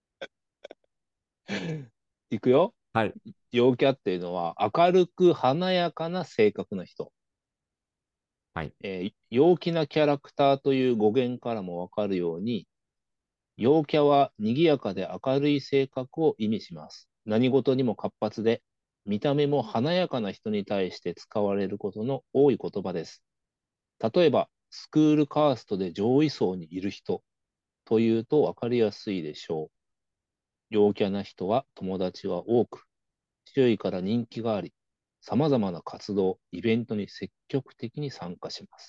Speaker 2: いくよ。
Speaker 1: はい。
Speaker 2: 陽キャっていうのは明るく華やかな性格な人。
Speaker 1: はい。
Speaker 2: えー陽気なキャラクターという語源からもわかるように、陽キャは賑やかで明るい性格を意味します。何事にも活発で、見た目も華やかな人に対して使われることの多い言葉です。例えば、スクールカーストで上位層にいる人というと分かりやすいでしょう。陽キャな人は友達は多く、周囲から人気があり、様々な活動、イベントに積極的に参加します。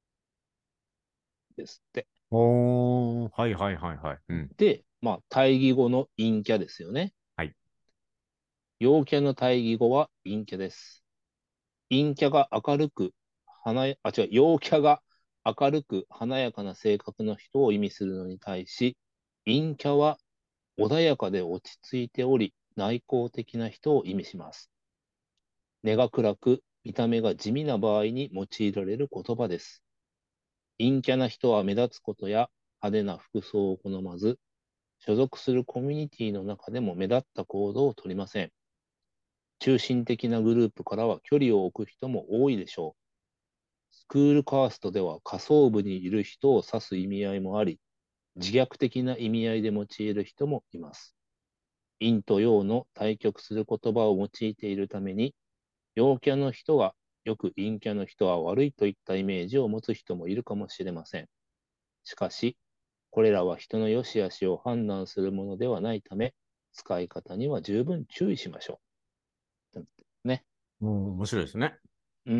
Speaker 2: ですって。
Speaker 1: おー、はいはいはいはい。うん。
Speaker 2: で、まあ、対義語の陰キャですよね。
Speaker 1: はい。
Speaker 2: 陽キャの対義語は陰キャです。陰キャが明るく、華や、あ、違う、陽キャが明るく華やかな性格の人を意味するのに対し、陰キャは穏やかで落ち着いており、内向的な人を意味します。根が暗く、見た目が地味な場合に用いられる言葉です。陰キャな人は目立つことや派手な服装を好まず、所属するコミュニティの中でも目立った行動をとりません。中心的なグループからは距離を置く人も多いでしょう。スクールカーストでは下層部にいる人を指す意味合いもあり、自虐的な意味合いで用いる人もいます。陰と陽の対極する言葉を用いているために、陽キャの人はよく陰キャの人は悪いといったイメージを持つ人もいるかもしれません。しかし、これらは人の良し悪しを判断するものではないため、使い方には十分注意しましょう。ね。
Speaker 1: おー、面白いですね。
Speaker 2: うん。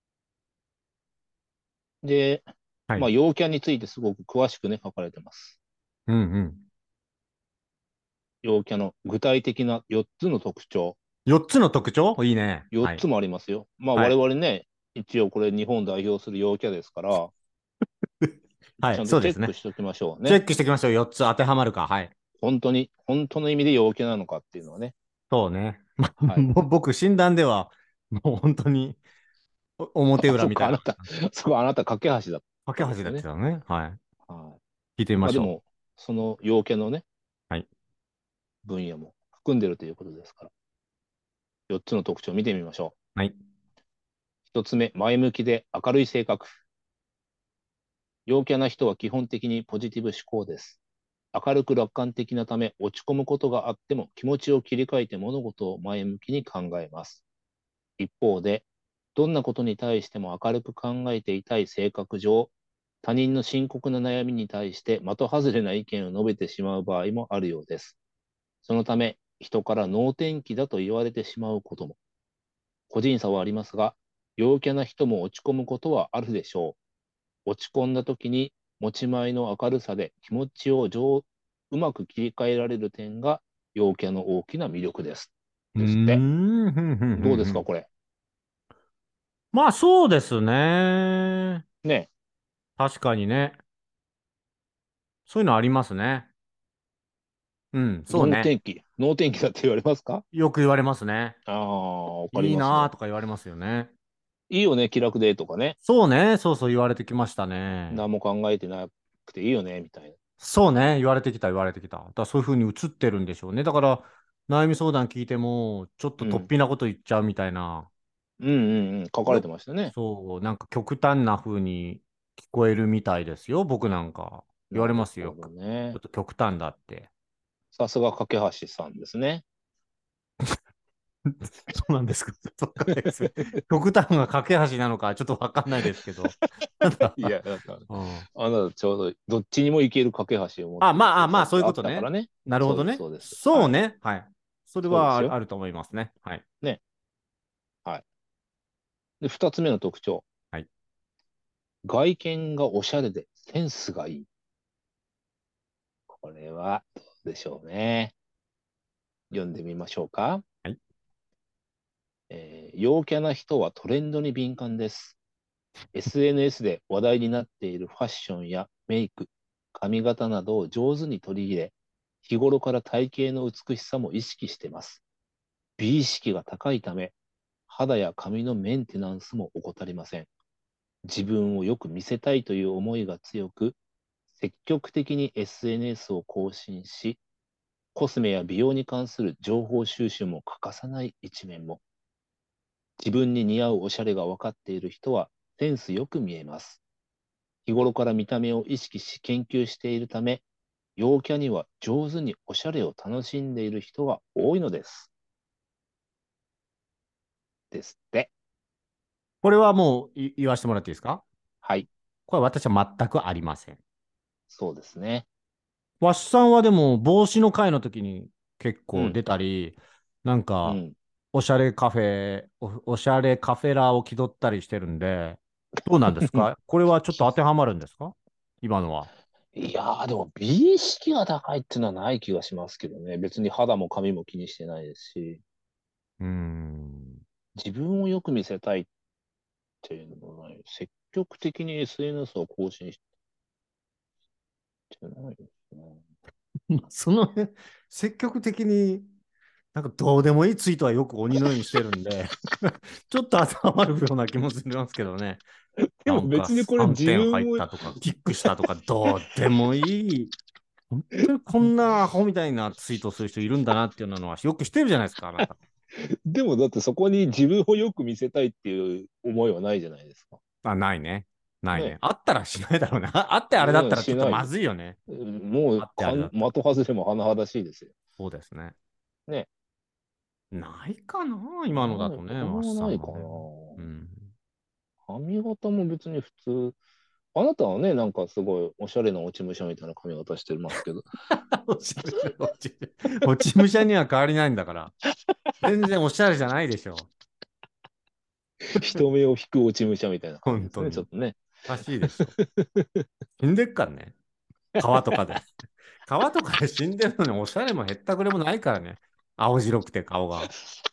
Speaker 2: で、
Speaker 1: はい。
Speaker 2: まあ、陽キャについてすごく詳しくね、書かれてます。
Speaker 1: うんうん。
Speaker 2: 陽キャの具体的なよっつの特徴、
Speaker 1: よっつの特徴いいね。
Speaker 2: 4
Speaker 1: はい。
Speaker 2: つもありますよ。まあ、我
Speaker 1: はい。
Speaker 2: 々ね、一応これ日本代表する陽キャですから、
Speaker 1: はい。
Speaker 2: ちゃんと
Speaker 1: そうですね。
Speaker 2: チェックしておきましょうね。
Speaker 1: チェックしていきましょう。よっつ当てはまるか。はい。
Speaker 2: 本当に、本当の意味で陽キャなのかっていうのはね。
Speaker 1: そうね。ま
Speaker 2: はい。
Speaker 1: もう僕、診断では、もう本当にお表
Speaker 2: そっか、あ
Speaker 1: 裏みたいな。
Speaker 2: なた、そこあなた、架け橋だっ
Speaker 1: 架け橋
Speaker 2: たわけですよね。
Speaker 1: ですよね。はい。
Speaker 2: はい。
Speaker 1: 聞いてみましょ
Speaker 2: まあでも、 その陽キャのね、
Speaker 1: はい。
Speaker 2: 分野も含んでるということですから、よっつの特徴を見てみましょう。
Speaker 1: はい。
Speaker 2: ひとつめ、前向きで明るい性格。陽キャな人は基本的にポジティブ思考です。明るく楽観的なため、落ち込むことがあっても気持ちを切り替えて物事を前向きに考えます。一方で、どんなことに対しても明るく考えていたい性格上、他人の深刻な悩みに対して的外れな意見を述べてしまう場合もあるようです。そのため、人から能天気だと言われてしまうことも。個人差はありますが、陽キャな人も落ち込むことはあるでしょう。落ち込んだ時に持ち前の明るさで気持ちを上うまく切り替えられる点が陽キャの大きな魅力です。
Speaker 1: うー
Speaker 2: ですって。
Speaker 1: ん、ふんふんふ
Speaker 2: どうですか、
Speaker 1: んふん。
Speaker 2: これ。
Speaker 1: まあ、そうですね。
Speaker 2: ね。
Speaker 1: 確かにね。そういうのありますね。うん、そうね。
Speaker 2: 能天気。能天気だって言われますか？
Speaker 1: よく言われますね。
Speaker 2: ああ、わかり
Speaker 1: いい
Speaker 2: ますね。
Speaker 1: なぁとか言われますよね。
Speaker 2: いいよね、気楽でとかね。
Speaker 1: そうね。そうそう言われてきましたね。
Speaker 2: 何も考えてなくていいよね、みたいな。
Speaker 1: そうね。言われてきた、言われてきた。だからそういう風に映ってるんでしょうね。だから、悩み相談聞いても、ちょっと突
Speaker 2: うん。
Speaker 1: 飛なこと言っちゃうみたいな。
Speaker 2: うんうんうん。書かれ
Speaker 1: よ、
Speaker 2: てましたね。
Speaker 1: そう、なんか極端な風に聞こえるみたいですよ。僕なんか。言われ
Speaker 2: なる
Speaker 1: ますよ。
Speaker 2: ほど
Speaker 1: ちょ
Speaker 2: ね。
Speaker 1: っと極端だって。
Speaker 2: さすが架橋さんですね。
Speaker 1: そうなんですか。そうかです。極端が架け橋なのかちょっとわかんないですけど。ただ、
Speaker 2: いや、なんか、
Speaker 1: うん、
Speaker 2: あなたちょうどどっちにも行ける架け橋を持っ
Speaker 1: あ、
Speaker 2: てるっ
Speaker 1: まあ、あまあ、そういう
Speaker 2: てさっきあっ
Speaker 1: ことね。
Speaker 2: たからね。そうです、
Speaker 1: なるほどね。
Speaker 2: そうです。はい。
Speaker 1: そうね。はい。それは
Speaker 2: そうですよ。
Speaker 1: ああると思いますね。はい。
Speaker 2: ね。はい。で、二つ目の特徴。
Speaker 1: はい。
Speaker 2: 外見がおしゃれでセンスがいい。これはどうでしょうね。読んでみましょうか。
Speaker 1: はい。
Speaker 2: えー陽キャな人はトレンドに敏感です。エスエヌエス で話題になっているファッションやメイク、髪型などを上手に取り入れ、日頃から体型の美しさも意識しています。美意識が高いため、肌や髪のメンテナンスも怠りません。自分をよく見せたいという思いが強く、積極的に エスエヌエス を更新し、コスメや美容に関する情報収集も欠かさない一面も。自分に似合うおしゃれが分かっている人はセンスよく見えます。日頃から見た目を意識し研究しているため、陽キャには上手におしゃれを楽しんでいる人が多いのです。ですって。
Speaker 1: これはもうい言わせてもらっていいですか？
Speaker 2: はい。
Speaker 1: これ私は全くありません。
Speaker 2: そうですね。
Speaker 1: わしさんはでも帽子の会の時に結
Speaker 2: うん。
Speaker 1: 構出たり、なんか
Speaker 2: うん。
Speaker 1: おしゃれカフェ、お、おしゃれカフェラーを気取ったりしてるんで、どうなんですか？これはちょっと当てはまるんですか？今のは。
Speaker 2: いやー、でも美意識が高いっていうのはない気がしますけどね。別に肌も髪も気にしてないですし、
Speaker 1: うーん。
Speaker 2: 自分をよく見せたいっていうのもない。積極的に エスエヌエス を更新してないですね。
Speaker 1: その辺、積極的に、なんかどうでもいいツイートはよく鬼のようにしてるんでちょっと当てはまるような気もするんですけどね。
Speaker 2: でも
Speaker 1: なんか
Speaker 2: 別にこれ
Speaker 1: さんてん入
Speaker 2: 自分を、
Speaker 1: ったとか、キックしたとか、どうでもいい。本当にこんなアホみたいなツイートする人いるんだなっていうのはよくしてるじゃないですか、あなた。
Speaker 2: でもだってそこに自分をよく見せたいっていう思いはないじゃないですか。
Speaker 1: あ、ないね。ないね。
Speaker 2: ね。
Speaker 1: あったらしないだろうね。ああってあれだっ
Speaker 2: うん、
Speaker 1: たらちょっとま
Speaker 2: しない。
Speaker 1: ずいよね。
Speaker 2: も
Speaker 1: あってあ
Speaker 2: うかん、
Speaker 1: れだったら。
Speaker 2: 的外れも甚だしいですよ。
Speaker 1: そうですね。
Speaker 2: ね。
Speaker 1: ないかな、今のだ
Speaker 2: ない、
Speaker 1: とね、
Speaker 2: これ
Speaker 1: マシ
Speaker 2: はないか
Speaker 1: さんもね。う
Speaker 2: な。
Speaker 1: ん。
Speaker 2: 髪型も別に普通。あなたはね、なんかすごいおしゃれな落ち武者みたいな髪型してますけど、
Speaker 1: 落ち武者、落ち落ち武者には変わりないんだから。全然おしゃれじゃないでしょ。
Speaker 2: 人目を引く落ち武者みたいな感じですね、ちょっ
Speaker 1: 本当に。
Speaker 2: とね。
Speaker 1: おかしいでしょ。死んでっからね。川とかで。川とかで死んでるのにおしゃれもへったくれもないからね。青白くて顔が。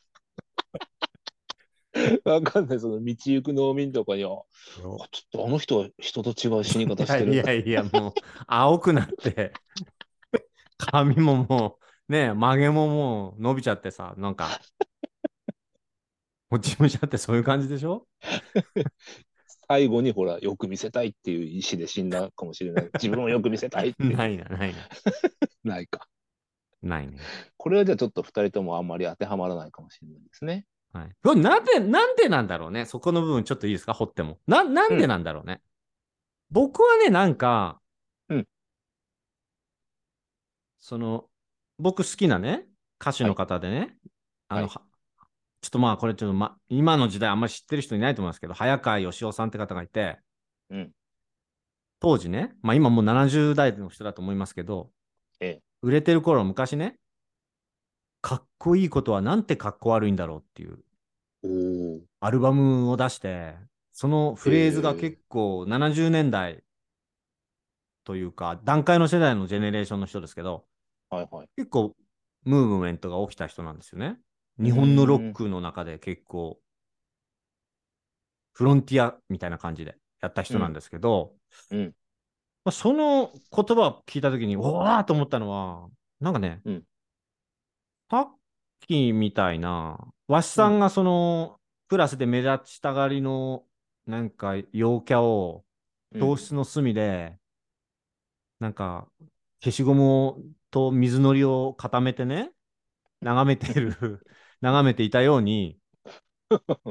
Speaker 2: わかんない、その道行く農民とかには、
Speaker 1: よ
Speaker 2: あちょっとあの人は人と違う死に
Speaker 1: いやい
Speaker 2: 方してる。
Speaker 1: やいや、もう、青くなって、髪ももう、ね、曲げももう伸びちゃってさ、なんか、落ち武者ってそういう感じでしょ？
Speaker 2: 最後にほら、よく見せたいっていう意思で死んだかもしれない。自分をよく見せたいって。
Speaker 1: ないな、ないな。
Speaker 2: ないか。
Speaker 1: ないね。
Speaker 2: これはじゃあちょっとふたりともあんまり当てはまらないかもしれないですね。
Speaker 1: はい。これなんで、なんでなんだろうね。そこの部分ちょっといいですか、掘っても。な、なんで
Speaker 2: うん。
Speaker 1: なんだろうね。僕はね、なんか、
Speaker 2: うん。
Speaker 1: その、僕好きなね、歌手の
Speaker 2: はい。
Speaker 1: 方でね、あの、
Speaker 2: はい。
Speaker 1: はちょっとまあ、これちょっと、ま、今の時代あんまり知ってる人いないと思いますけど、早川義雄さんって方がいて、
Speaker 2: うん。
Speaker 1: 当時ね、まあ今もうななじゅう代の人だと思いますけど、
Speaker 2: ええ。
Speaker 1: 売れてる頃、昔ね、かっこいいことはなんてかっこ悪いんだろうっていう
Speaker 2: おお。
Speaker 1: アルバムを出して、そのフ
Speaker 2: へ
Speaker 1: レーズが
Speaker 2: え。
Speaker 1: 結構ななじゅうねんだいというか、段階の世代のジェネレーションの人ですけど、
Speaker 2: はいはい。
Speaker 1: 結構ムーブメントが起きた人なんですよね。
Speaker 2: う
Speaker 1: 日本のロ
Speaker 2: ーん。
Speaker 1: ックの中で結構フロンティアみたいな感じでやった
Speaker 2: うん。
Speaker 1: 人なんですけど、
Speaker 2: うん。
Speaker 1: まあ、その言葉を聞いたときに、おわーと思ったのは、なんかね、
Speaker 2: うん。
Speaker 1: さっきみたいな、わし
Speaker 2: うん。
Speaker 1: さんがそのクラスで目立ちたがりのなんか陽キャを
Speaker 2: うん。
Speaker 1: 教室の隅で、なんか消しゴムと水のりを固めてね、眺めてる眺めていたように、
Speaker 2: うん。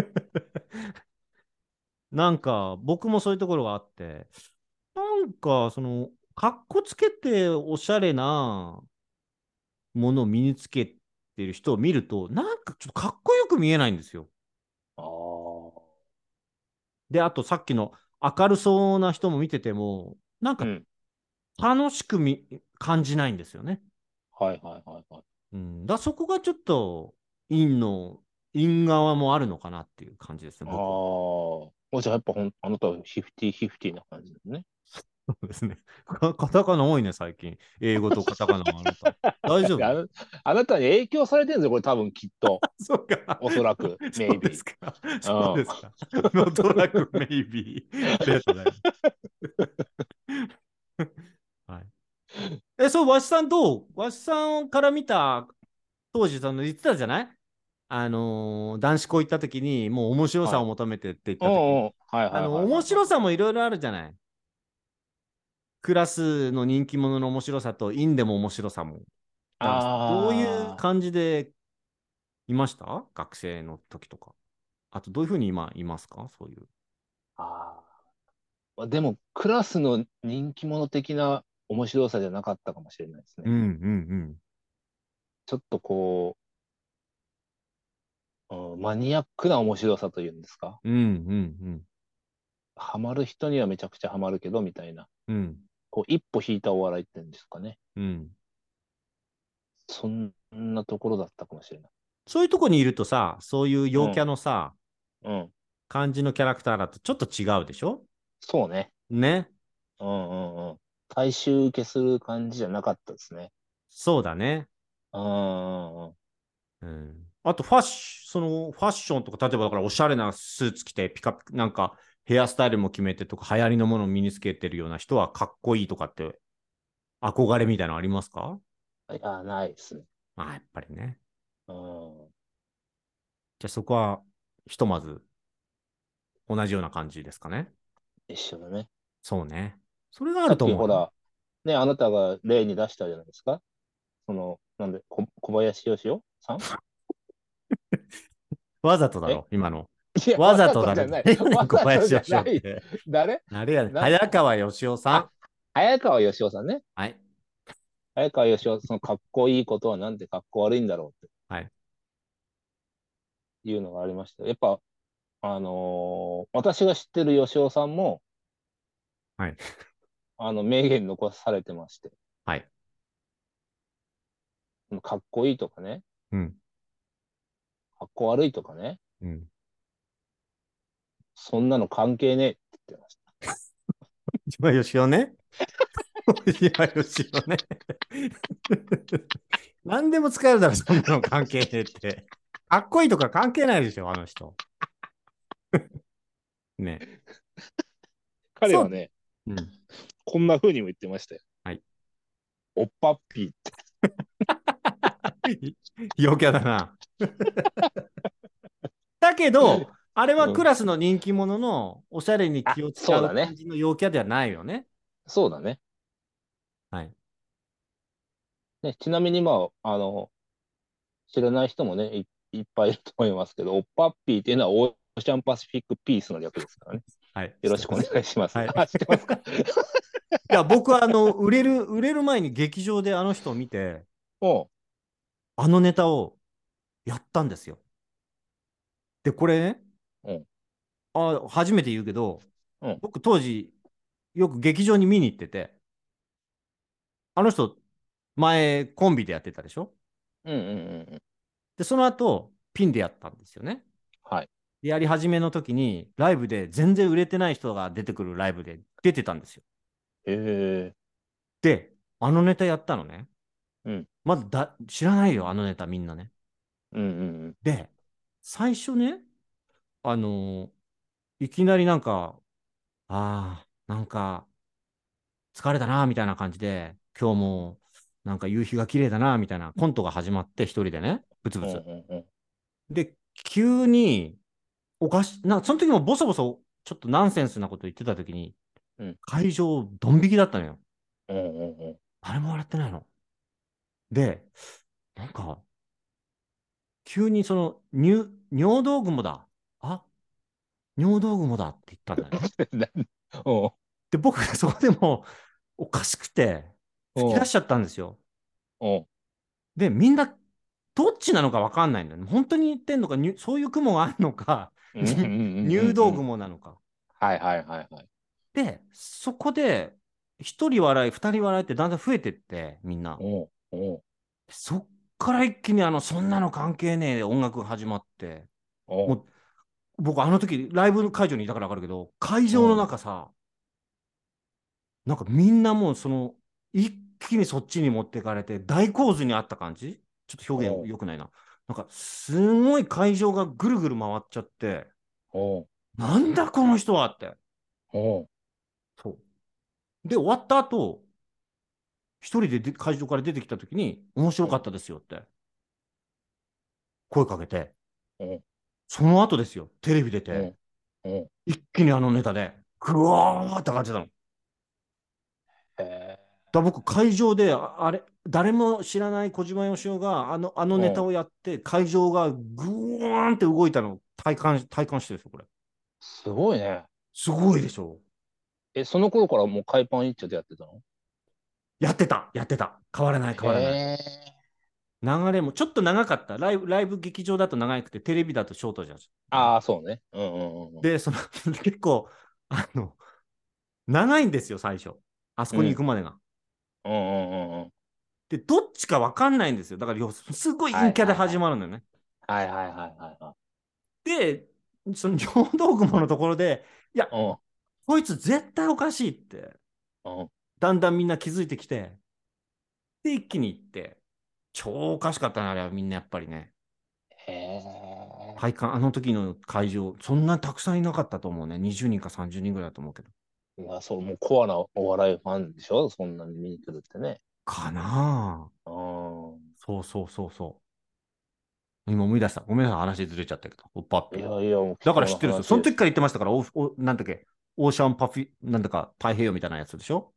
Speaker 1: なんか僕もそういうところがあって、なんかその、かっこつけておしゃれなものを身につけている人を見ると、なんかちょっとかっこよく見えないんですよ。
Speaker 2: ああ。
Speaker 1: で、あとさっきの明るそうな人も見てても、なんか
Speaker 2: うん。
Speaker 1: 楽しくみ感じないんですよね。
Speaker 2: はいはいはいはい。
Speaker 1: うん、だそこがちょっと陰の、陰側もあるのかなっていう感じですね、
Speaker 2: あ
Speaker 1: 僕は。
Speaker 2: あ。じゃあやっぱほん、あなたはフィフティフィフティな感じですね。
Speaker 1: そうですね。カタカナ多いね、最近。英語とカタカナのあなた。大丈夫？
Speaker 2: あな、あなたに影響されてるんですよ、これ多分きっと。
Speaker 1: そうか。
Speaker 2: おそらく、
Speaker 1: そうで
Speaker 2: maybe。
Speaker 1: すか。
Speaker 2: うん。
Speaker 1: そうですか。おそらく、メイビー。ありがとうございます。はい。え、そう、わしさんどうわしさんから見た、当時、その言ってたじゃない、あのー男子校行った時に、もう面白さ
Speaker 2: はい。
Speaker 1: を求めてって言っ
Speaker 2: うん
Speaker 1: た時に、
Speaker 2: うん。はいはい
Speaker 1: あの、
Speaker 2: はいはいはい。
Speaker 1: 面白さもいろいろあるじゃない。クラスの人気者の面白さと、インでも面白さも。だから、どういう
Speaker 2: あ
Speaker 1: 感じでいました学生の時とか。あと、どういうふうに今いますかそういう。
Speaker 2: あ。ああ。でも、クラスの人気者的な面白さじゃなかったかもしれないですね。
Speaker 1: うんうん
Speaker 2: ちょっとこう、うん、マニアックな面白さというんですか。
Speaker 1: うん。うんうん
Speaker 2: ハマる人にはめちゃくちゃハマるけど、みたいな。
Speaker 1: うん。うん
Speaker 2: こう、一歩引いたお笑いっていうんですかね。
Speaker 1: うん。
Speaker 2: そんなところだったかもしれない。
Speaker 1: そういうとこにいるとさ、そういう陽キャ
Speaker 2: うん。
Speaker 1: のさ、
Speaker 2: うん。
Speaker 1: 感じのキャラクターだとちょっと違うでしょ
Speaker 2: そうね。
Speaker 1: ね。
Speaker 2: うんうんうん。大衆受けする感じじゃなかったですね。
Speaker 1: そうだね。
Speaker 2: うんうんうん。
Speaker 1: うん。あと、ファッション、その、ファッションとか、例えばだからおしゃれなスーツ着て、ピカピカ、なんか、ヘアスタイルも決めてとか、流行りのものを身につけてるような人はかっこいいとかって、憧れみたいなのありますか？
Speaker 2: いや、ないですね。
Speaker 1: まあ、やっぱりね。
Speaker 2: うん。
Speaker 1: じゃあそこは、ひとまず同じような感じですかね。
Speaker 2: 一緒だね。
Speaker 1: そうね。それがあ
Speaker 2: さっ
Speaker 1: ると思うよ。
Speaker 2: きほら、ね、あなたが例に出したじゃないですか。その、なんで、こ小林よしおさん。
Speaker 1: わざとだ
Speaker 2: え
Speaker 1: ろ、今の。
Speaker 2: いや、
Speaker 1: わ
Speaker 2: わ
Speaker 1: ざとだろ。
Speaker 2: ざとじゃない。
Speaker 1: 何々小
Speaker 2: わざと
Speaker 1: 林よしお
Speaker 2: じゃない。
Speaker 1: って。
Speaker 2: 誰
Speaker 1: あれやね。
Speaker 2: な、
Speaker 1: 早川義雄さ
Speaker 2: あ、
Speaker 1: ん。
Speaker 2: 早川よしおさんね。
Speaker 1: はい。
Speaker 2: 早川よしお、そのかっこいいことはなんでかっこ悪いんだろうっ
Speaker 1: はい。
Speaker 2: ていうのがありました。やっぱ、あのー私が知ってるよしおさんも、
Speaker 1: はい。
Speaker 2: あの、名言残されてまして、
Speaker 1: はい。
Speaker 2: かっこいいとかね、
Speaker 1: うん。
Speaker 2: かっこ悪いとかね、
Speaker 1: うん。
Speaker 2: そんなの関係ねえって言ってました。
Speaker 1: 一番義雄ね。一番義雄ね。何でも使えるだろ、そんなの関係ねえって。かっこいいとか関係ないでしょ、あの人。ね。そう。
Speaker 2: 彼はね、
Speaker 1: うん。
Speaker 2: こんな風にも言ってましたよ。
Speaker 1: はい。
Speaker 2: おっぱっぴーって。
Speaker 1: 陽キャだな。だけど、 あれは
Speaker 2: うん。
Speaker 1: クラスの人気者のおしゃれに
Speaker 2: あ、
Speaker 1: 気を使う
Speaker 2: そうだね。
Speaker 1: 感じの陽キャではないよね。
Speaker 2: そうだね。
Speaker 1: はい。
Speaker 2: ね、ちなみに、まあ、あの、知らない人もね、い、いっぱいいると思いますけど、オッパッピーっていうのはオーシャンパシフィックピースの略ですからね。
Speaker 1: はい。
Speaker 2: よろしくお願
Speaker 1: 知ってます。
Speaker 2: いします。
Speaker 1: はい。
Speaker 2: あ、知ってますか？
Speaker 1: いや、僕はあの、売れる、売れる前に劇場であの人を見て、
Speaker 2: おう、
Speaker 1: あのネタをやったんですよ。で、これね、
Speaker 2: うん、
Speaker 1: あ、初めて言うけど、
Speaker 2: うん、
Speaker 1: 僕当時、よく劇場に見に行ってて、あの人、前コンビでやってたでしょ。
Speaker 2: うん、うん、うん。
Speaker 1: で、その後、ピンでやったんですよね。
Speaker 2: はい。
Speaker 1: でやり始めの時に、ライブで全然売れてない人が出てくるライブで出てたんですよ。
Speaker 2: へえ、
Speaker 1: で、あのネタやったのね。
Speaker 2: うん、
Speaker 1: まずだ知らないよ、あのネタみんなね。
Speaker 2: うん、うん、
Speaker 1: で、最初ね、あのーいきなりなんか、ああ、なんか疲れたな、みたいな感じで、今日もなんか夕日が綺麗だな、みたいなコントが始まって、一人でね、ブツブ
Speaker 2: うん、
Speaker 1: ツ。
Speaker 2: うん、
Speaker 1: で、急に、おかし、な、その時もボソボソ、ちょっとナンセンスなこと言ってた時に、
Speaker 2: うん、
Speaker 1: 会場、ドン引きだったのよ。
Speaker 2: うん、うん、
Speaker 1: 誰も笑ってないの。で、なんか、急にその、尿、尿道雲だ。あ、尿道雲だって言ったんだよね。
Speaker 2: うん。なおう、
Speaker 1: で、僕がそこでもおかしくて吹き
Speaker 2: おう、
Speaker 1: 出しちゃったんですよ。
Speaker 2: おう、
Speaker 1: で、みんなどっちなのか分かんないんだよね。本当に言ってんのか、にそういう雲があるのか、
Speaker 2: うん、うん、うん、うん、う
Speaker 1: 入道
Speaker 2: ん。
Speaker 1: 雲なのか。
Speaker 2: はい、はい、はい、はい。
Speaker 1: で、そこで一人笑い、二人笑いってだんだん増えてって、みんな。
Speaker 2: おう、おう、
Speaker 1: そっから一気にあの、そんなの関係ねえ音楽が始まって、
Speaker 2: おう、
Speaker 1: もう僕あの時ライブ会場にいたから分かるけど、会場の
Speaker 2: うん、
Speaker 1: 中さ、なんかみんなもうその、一気にそっちに持ってかれて、大洪水にあった感じ。ちょっと表現
Speaker 2: おう、
Speaker 1: 良くないな。なんか、すごい会場がぐるぐる回っちゃって、
Speaker 2: おう、
Speaker 1: なんだこの人はって。
Speaker 2: おう、
Speaker 1: そう。で、終わった後、一人でで会場から出てきた時に、面白かったですよって声かけて、
Speaker 2: おう、
Speaker 1: その後ですよ、テレビ出て、
Speaker 2: おう、おう。
Speaker 1: 一気にあのネタで、ぐわーって感じたの。
Speaker 2: へえ、
Speaker 1: だ僕、会場で、ああれ、誰も知らない小島よしおが、あの、あのネタ
Speaker 2: うん。
Speaker 1: をやって、会場がぐーんって動いたのを体感、体感してるんですよ、これ。
Speaker 2: すごいね。
Speaker 1: すごいでしょ。
Speaker 2: え、その頃からもう海パン一丁でやってたの？
Speaker 1: やってた、やってた。変わらない、変
Speaker 2: へ
Speaker 1: わらない。
Speaker 2: え。
Speaker 1: 流れもちょっと長かった。ライブ、ライブ劇場だと長くて、テレビだとショートじゃん。じゃん。
Speaker 2: ああ、そうね。うん、うん、うん。
Speaker 1: で、その結構、あの、長いんですよ、最初。あそこに行
Speaker 2: うん、
Speaker 1: くまでが。
Speaker 2: うん、うん、うん。うん。
Speaker 1: で、どっちかわかんないんですよ。だから、すごい
Speaker 2: はい、
Speaker 1: 陰キャで始
Speaker 2: はい、はい。
Speaker 1: まるのよね。
Speaker 2: はい、はい、はい、はい。はい。
Speaker 1: で、その上道雲のところで、いや、
Speaker 2: うん、
Speaker 1: こいつ絶対おかしいって、
Speaker 2: うん。
Speaker 1: だんだんみんな気づいてきて、で、一気に行って、超おかしかったな、あれはみんなやっぱりね。
Speaker 2: へえ。
Speaker 1: 体感、あの時の会場、そんなにたくさんいなかったと思うね。にじゅうにんかさんじゅうにんぐらいだと思うけど。
Speaker 2: いや、そう、もうコアなお笑いファンでしょ、そんなに見に来るってね。
Speaker 1: かなあ。
Speaker 2: うん。
Speaker 1: そうそうそうそう。今思い出した。ごめんなさい、話ずれちゃったけど。おっぱっぴー。
Speaker 2: いやいや、もう貴重な
Speaker 1: だから知ってるんですよ。その時
Speaker 2: 話です。
Speaker 1: から言ってましたから、お、お、なんだっけ、オーシャンパフィ、なんだか太平洋みたいなやつでしょ。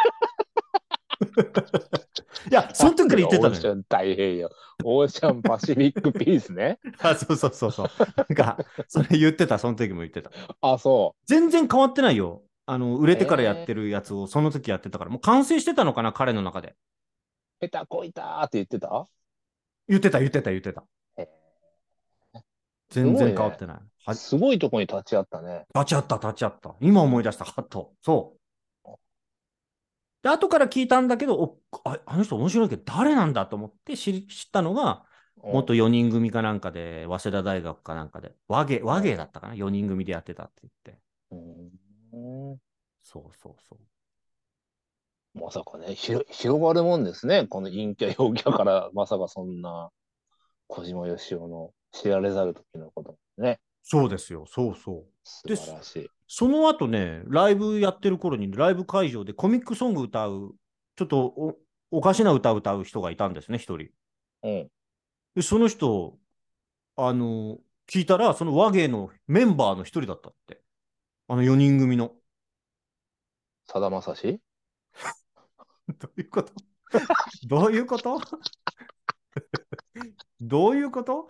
Speaker 1: いや、その時から
Speaker 2: なんでだ、
Speaker 1: 言ってたのよ。
Speaker 2: オーシャン太平洋。オーシャンパシフィックピースね。
Speaker 1: あ、そうそうそうそう。なんか、それ言ってた、その時も言ってた。
Speaker 2: あ、そ
Speaker 1: 全然変わってないよ。あの、売れ
Speaker 2: う。へ
Speaker 1: てからやって
Speaker 2: え。
Speaker 1: るやつをその時やってたから、もう完成してたのかな、彼の中で。
Speaker 2: 下手こいたーって言ってた？
Speaker 1: 言ってた、言ってた、言ってた。
Speaker 2: へえ。す
Speaker 1: 全然
Speaker 2: ごいね。
Speaker 1: 変わってない。は、
Speaker 2: すごいとこに立ち会ったね。
Speaker 1: 立ち会った、立ち会った。今思い出した、はっと。そう。で、後から聞いたんだけど、おあ、あの人面白いけど、誰なんだと思って知り知ったのが、
Speaker 2: うん。
Speaker 1: 元よにん組かなんかで、早稲田大学かなんかで、和芸、和芸
Speaker 2: うん。
Speaker 1: だったかな？ よ 人組でやってたって言って。
Speaker 2: うん。
Speaker 1: そうそうそう。
Speaker 2: まさかね、ひろ広がるもんですね。この陰キャ陽キャからまさかそんな小島よしおの知られざる時のことね。
Speaker 1: そうですよ、そうそう。
Speaker 2: 素
Speaker 1: で、
Speaker 2: 晴らしい。
Speaker 1: その後ね、ライブやってる頃に、ライブ会場でコミックソング歌う、ちょっとお、おかしな歌を歌う人がいたんですね、一人。
Speaker 2: うん。
Speaker 1: で、その人、あの、 聞いたら、その話芸のメンバーの一人だったって。あのよにん組の。
Speaker 2: さだまさし。
Speaker 1: どういうこと？どういうことどういうこと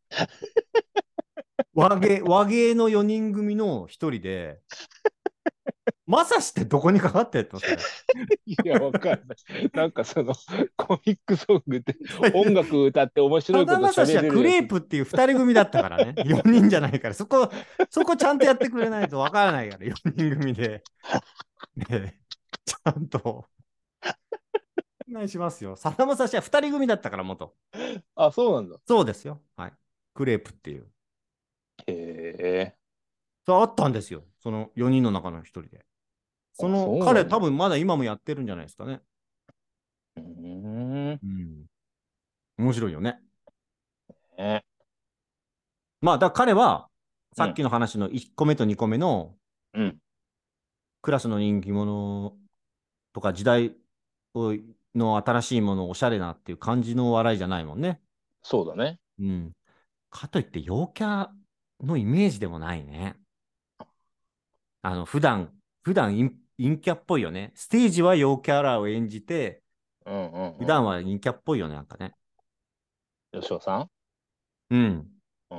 Speaker 1: 和芸、和芸のよにん組の一人で、まさしってどこにかかってんのそれ。
Speaker 2: いや、わかんない。なんかその、コミックソングで音楽歌って面白
Speaker 1: さ
Speaker 2: いこと
Speaker 1: だまさしは
Speaker 2: 喋れるやつ。
Speaker 1: クレープっていう二人組だったからね。よにんじゃないから。そこ、そこちゃんとやってくれないとわからないから、よにん組で。ね、ちゃんと。お願いしますよ。さだまさしは二人組だったから、元。
Speaker 2: あ、そうなんだ。
Speaker 1: そうですよ。はい。クレープっていう。
Speaker 2: へえ。
Speaker 1: そうあったんですよ。そのよにんの中の一人で。そ
Speaker 2: あ、
Speaker 1: の彼、
Speaker 2: そうなんだ。
Speaker 1: 多分まだ今もやってるんじゃないですかね。
Speaker 2: うーん。
Speaker 1: うん。面白いよね。
Speaker 2: ね。
Speaker 1: まあ、だから彼は、
Speaker 2: うん。
Speaker 1: さっきの話のいっこめとにこめの
Speaker 2: うん。
Speaker 1: クラスの人気者とか時代の新しいもの、おしゃれなっていう感じの笑いじゃないもんね。
Speaker 2: そうだね。
Speaker 1: うん。かといって陽キャのイメージでもないね。あの、普段、普段陰陰キャっぽいよね。ステージは陽キャラを演じて、
Speaker 2: うんうん
Speaker 1: 普
Speaker 2: うん。
Speaker 1: 段は陰キャっぽいよね、なんかね。
Speaker 2: 吉尾さん。
Speaker 1: うん。
Speaker 2: うん、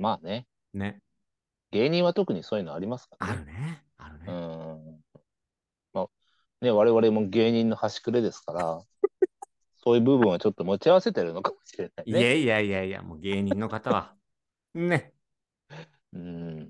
Speaker 2: まあね。
Speaker 1: ね。
Speaker 2: 芸人は特にそういうのありますから
Speaker 1: あ
Speaker 2: ね。
Speaker 1: るね。ある
Speaker 2: う
Speaker 1: ね。
Speaker 2: ん。まあ、ね、我々も芸人の端くれですから、そういう部分はちょっと持ち合わせてるのかもしれないね。
Speaker 1: いやいやいやいや、もう芸人の方は。ね。
Speaker 2: うん。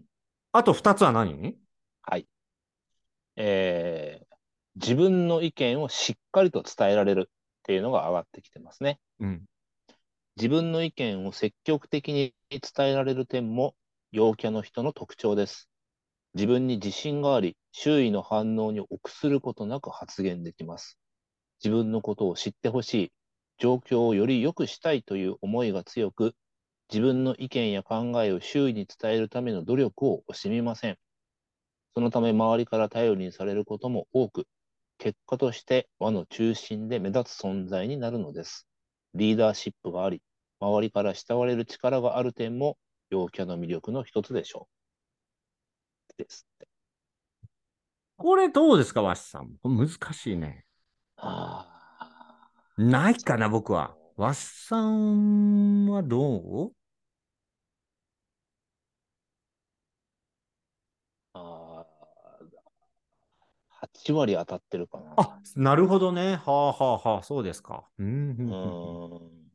Speaker 1: あと二つは何？
Speaker 2: はい。えー、自分の意見をしっかりと伝えられるっていうのが上がってきてますね。
Speaker 1: うん。
Speaker 2: 自分の意見を積極的に伝えられる点も陽キャの人の特徴です。自分に自信があり、周囲の反応に臆することなく発言できます。自分のことを知ってほしい、状況をより良くしたいという思いが強く、自分の意見や考えを周囲に伝えるための努力を惜しみません。そのため周りから頼りにされることも多く、結果として輪の中心で目立つ存在になるのです。リーダーシップがあり、周りから慕われる力がある点も陽キャの魅力の一つでしょう。ですって。
Speaker 1: これどうですか、わしさん。難しいね。
Speaker 2: あ
Speaker 1: ないかな、僕は。わしさんはどう？
Speaker 2: あ、はち割当たってるかな。
Speaker 1: あ、なるほどね。はあはあはあ、そうですか。うん、うん、
Speaker 2: う
Speaker 1: うん。うん。
Speaker 2: ーん。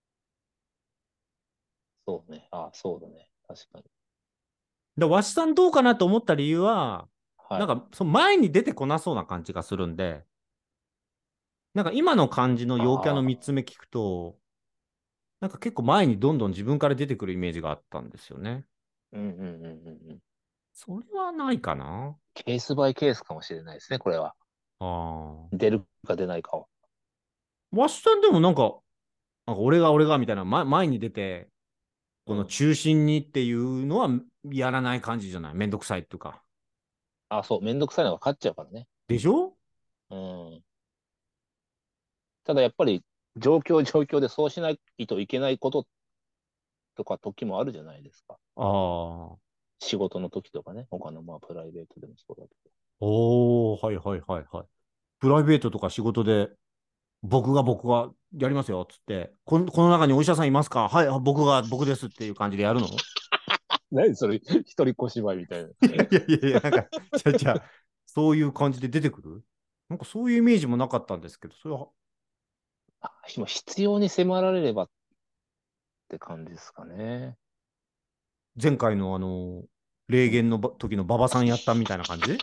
Speaker 2: そうね。あ、そうだね。確かに。
Speaker 1: で、わしさんどうかなと思った理由は、
Speaker 2: はい。
Speaker 1: なんか、その前に出てこなそうな感じがするんで、なんか今の感じの陽キャの
Speaker 2: ああ。
Speaker 1: 三つ目聞くと、なんか結構前にどんどん自分から出てくるイメージがあったんですよね。
Speaker 2: うんうんうんうんうん。
Speaker 1: それはないかな。
Speaker 2: ケースバイケースかもしれないですね、これは。
Speaker 1: ああ。
Speaker 2: 出るか出ないかは。
Speaker 1: わしさんでもなんか、なんか俺が俺がみたいな、前前に出て、この
Speaker 2: うん。
Speaker 1: 中心にっていうのはやらない感じじゃない？めんどくさいっていうか。
Speaker 2: あ、そう。めんどくさいのが勝っちゃうからね。
Speaker 1: でしょ？
Speaker 2: うん。ただやっぱり、状況状況でそうしないといけないこととか時もあるじゃないですか。
Speaker 1: ああ。
Speaker 2: 仕事の時とかね。他のまあプライベートでもそうだけど。
Speaker 1: おー、はいはいはいはい。プライベートとか仕事で、僕が僕がやりますよっつって、この、この中にお医者さんいますか？はい、あ僕が僕ですっていう感じでやるの？
Speaker 2: 何それ、一人小芝居みたいな。
Speaker 1: いやいやいやいや、なんか、じゃじゃそういう感じで出てくる？なんかそういうイメージもなかったんですけど、それは
Speaker 2: あ、もう必要に迫られればって感じですかね。
Speaker 1: 前回のあの、霊
Speaker 2: うん。
Speaker 1: 言のば時の馬場さんやったみたいな感じ？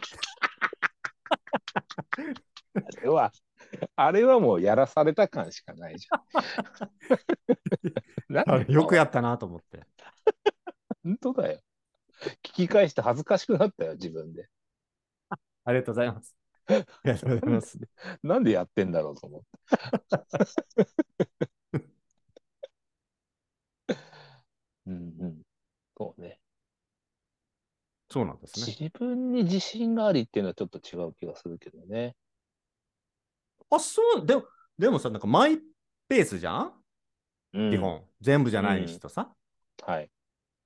Speaker 2: あれは、あれはもうやらされた感しかないじゃん。なんで
Speaker 1: あれよくやったなと思って。
Speaker 2: 本当だよ。聞き返して恥ずかしくなったよ、自分で。
Speaker 1: ありがとうございます。ありがとうござい
Speaker 2: なんで、
Speaker 1: ます。
Speaker 2: なんでやってんだろうと思って。うんうん。そうね。
Speaker 1: そうなんですね。
Speaker 2: 自分に自信がありっていうのはちょっと違う気がするけどね。
Speaker 1: あ、そう、でも、でもさ、なんかマイペースじゃん？
Speaker 2: うん。
Speaker 1: 基本。全部じゃないにし
Speaker 2: うん。
Speaker 1: とさ。
Speaker 2: はい。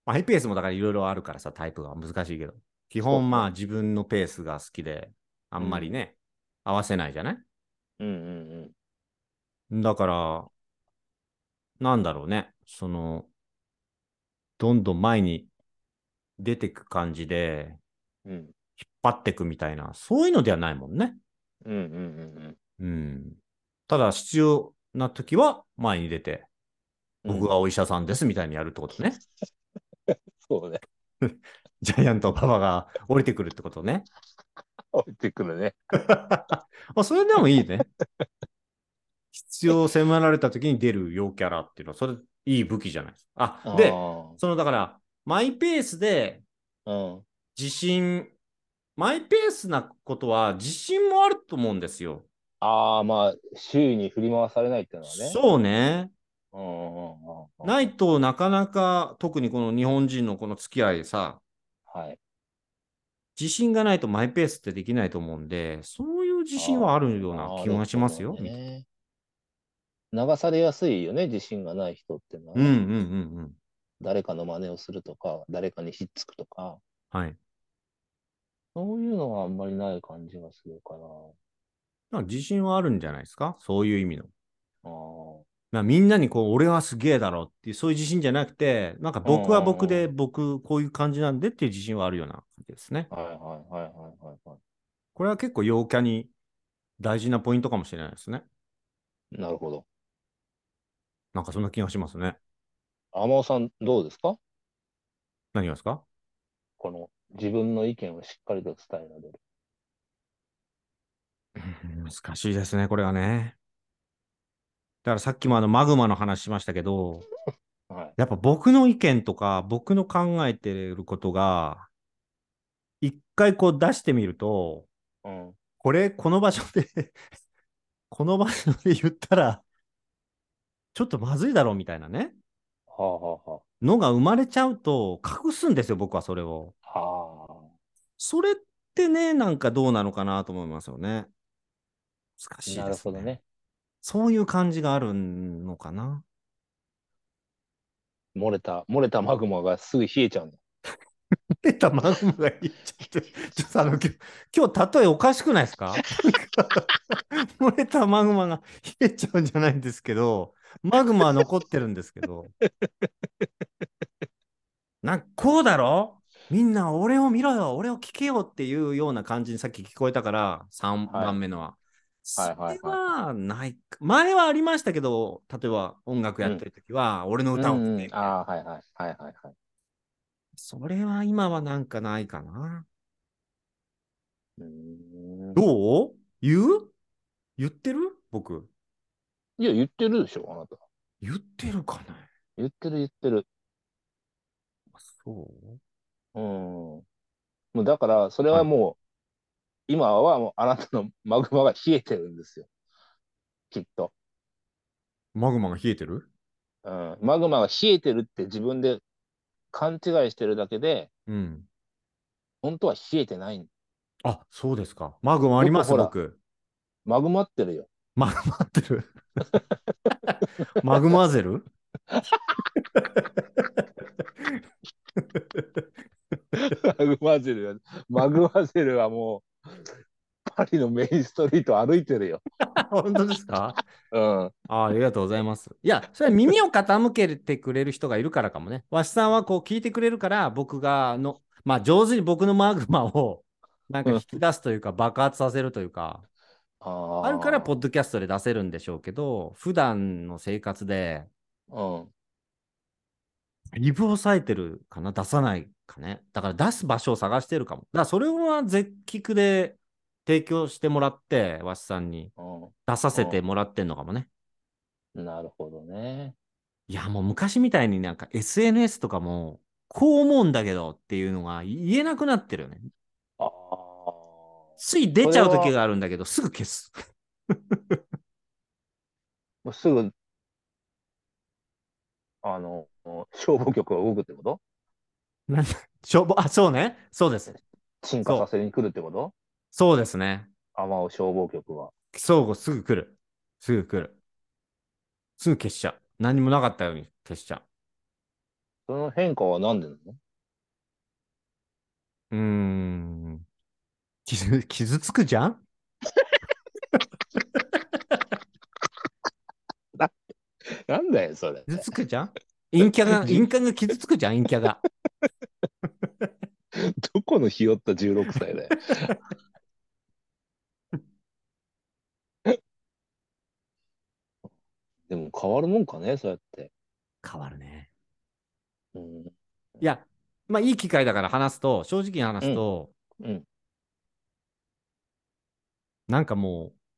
Speaker 1: マイペースもだからいろいろあるからさ、タイプが難しいけど。基本まあ
Speaker 2: そうね。
Speaker 1: 自分のペースが好きで、あんまり
Speaker 2: うん。
Speaker 1: ね、合わせないじゃない。
Speaker 2: うんうん
Speaker 1: だから、なんだろうね。その、どんどん前に出てく感じで、
Speaker 2: うん。うん。
Speaker 1: 引っ張ってくみたいな、そういうのではないもんね。
Speaker 2: うんうんうん
Speaker 1: うん。ただ必要な時は前に出て、
Speaker 2: うん。うん。
Speaker 1: 僕はお医者さんですみたいにやるってことね。
Speaker 2: そうね。
Speaker 1: ジャイアントパパが降りてくるってことね。
Speaker 2: 降りてくるね。
Speaker 1: あ、それでもいいね。必要を迫られた時に出る陽キャラっていうのは、それいい武器じゃないですか。あ、で、
Speaker 2: あ
Speaker 1: そのだから、マイペースで
Speaker 2: あ。うん。
Speaker 1: 自信、マイペースなことは自信もあると思うんですよ。
Speaker 2: ああ、まあ、周囲に振り回されないっていうのはね。
Speaker 1: そうね。
Speaker 2: うんうんうんうんうん。
Speaker 1: ないとなかなか、特にこの日本人のこの付き合いさ、
Speaker 2: はい。
Speaker 1: 自信がないとマイペースってできないと思うんで、そういう自信はある
Speaker 2: ああ、
Speaker 1: ような
Speaker 2: な
Speaker 1: 気がし
Speaker 2: るほど
Speaker 1: ますよ、見てて。
Speaker 2: ね。流されやすいよね、自信がない人っていうのはね。
Speaker 1: うんうんうんうん。
Speaker 2: 誰かの真似をするとか、誰かにひっつくとか、
Speaker 1: はい。
Speaker 2: そういうのはあんまりない感じがするか
Speaker 1: だから自信はあるんじゃないですか、そういう意味の。
Speaker 2: な。あ
Speaker 1: まあ、みんなにこう、俺はすげえだろうっていう、そういう自信じゃなくて、なんか
Speaker 2: あ。うん
Speaker 1: 僕は僕で、
Speaker 2: うんうん。
Speaker 1: 僕、こういう感じなんでっていう自信はあるような感じですね。
Speaker 2: はいはいはいはいはいは
Speaker 1: これは結構陽キャに大事なポイントかもしれないですね。
Speaker 2: い。なるほど。
Speaker 1: なんかそんな気がしますね。
Speaker 2: 天尾さん、どうですか？
Speaker 1: 何がですか？
Speaker 2: この自分の意見をしっかりと伝えられる。
Speaker 1: うん難しいですね、これはね。だからさっきもあのマグマの話しましたけど、
Speaker 2: はい。
Speaker 1: やっぱ僕の意見とか、僕の考えてることが、一回こう出してみると、
Speaker 2: うん。は
Speaker 1: これ、この場所でこの場所で言ったら、ちょっとまずいだろうみたいなね、
Speaker 2: あはあは
Speaker 1: のが生まれちゃうと、隠すんですよ、僕はそれを。
Speaker 2: あ。は
Speaker 1: それってね、なんかどうなのかなと思いますよね。難
Speaker 2: あ。
Speaker 1: しい
Speaker 2: な
Speaker 1: ですね。
Speaker 2: るほどね。
Speaker 1: そういう感じがあるのかな。
Speaker 2: 漏れた、漏れたマグマがすぐ冷えちゃうんだ。
Speaker 1: 出たマグマが言っちゃって、ちょっとあの、今日、今日例えおかしくないですか？なんか漏れたマグマが冷えちゃうんじゃないんですけど、マグマは残ってるんですけど、なんかこうだろ、みんな俺を見ろよ、俺を聞けよっていうような感じにさっき聞こえたから、3
Speaker 2: はい。
Speaker 1: 番目のは。そ
Speaker 2: はいはい
Speaker 1: れ
Speaker 2: はいはい。
Speaker 1: はない。前はありましたけど、例えば音楽や
Speaker 2: うん。
Speaker 1: ってる時は、俺の
Speaker 2: う
Speaker 1: 歌を聴
Speaker 2: んうん。
Speaker 1: けみたいな。
Speaker 2: ああ、はいはい。はいはいはい。
Speaker 1: それは今はなんかないかな。
Speaker 2: うーん。
Speaker 1: どう言う言ってる僕。
Speaker 2: いや、言ってるでしょ、あなた。
Speaker 1: 言ってるかね。
Speaker 2: 言ってる言ってる。
Speaker 1: そう。
Speaker 2: うん。もうだから、それ
Speaker 1: はい。
Speaker 2: はもう、今はもうあなたのマグマが冷えてるんですよ。きっと。
Speaker 1: マグマが冷えてる。
Speaker 2: うん。マグマが冷えてるって自分で勘違いしてるだけで、
Speaker 1: うん。
Speaker 2: 本当は冷えてない。
Speaker 1: あ、そうですか。マグマあります
Speaker 2: よくほら、
Speaker 1: 僕。
Speaker 2: マグマってるよ。
Speaker 1: マグマってる。マグマゼル。
Speaker 2: マグマゼルは、マグマゼルはもう、パリのメインストリート歩いてるよ。
Speaker 1: 本当ですか？
Speaker 2: うん。
Speaker 1: あ、ありがとうございます。いや、それは耳を傾けてくれる人がいるからかもね。わしさんはこう聞いてくれるから、僕がの、まあ上手に僕のマグマをなんか引
Speaker 2: うん。
Speaker 1: き出すというか爆発させるというか、あるから、ポッ
Speaker 2: あ
Speaker 1: ドキャストで出せるんでしょうけど、普段の生活で、
Speaker 2: あ。うん。
Speaker 1: リブを抑えてるかな、出さないかね。だから出す場所を探してるかも。だからそれは絶菊で提供してもらって、わしさんに
Speaker 2: う
Speaker 1: 出させて
Speaker 2: ん。
Speaker 1: もらってんのかもね。
Speaker 2: うん。なるほどね。
Speaker 1: いや、もう昔みたいになんか エスエヌエス とかも、こう思うんだけどっていうのが言えなくなってるよね。
Speaker 2: ああ。
Speaker 1: つい出ちゃう時
Speaker 2: それは、
Speaker 1: があるんだけど、すぐ消す。
Speaker 2: もうすぐ、あの、消防局が動くってこと？
Speaker 1: なん消防、あ、そうね。そうです。
Speaker 2: 鎮火さ
Speaker 1: そう。
Speaker 2: せに来るってこと？
Speaker 1: そうですね。
Speaker 2: 天尾消防局は。
Speaker 1: そう、すぐ来る。すぐ来る。すぐ消しちゃう。何もなかったように消しちゃう。
Speaker 2: その変化は何でなの？
Speaker 1: うーん。傷、傷つくじゃん。
Speaker 2: な、なんだよ、それ。
Speaker 1: 傷つくじゃん。陰キャが、
Speaker 2: じ、
Speaker 1: 陰キャが傷つくじゃん、陰キャが。
Speaker 2: どこのひよったじゅうろくさいだよ。でも変わるもんかね、そうやって。
Speaker 1: 変わるね。
Speaker 2: うん。
Speaker 1: いや、まあいい機会だから話すと、正直に話
Speaker 2: うん。
Speaker 1: すと、
Speaker 2: うん。
Speaker 1: なんかもう、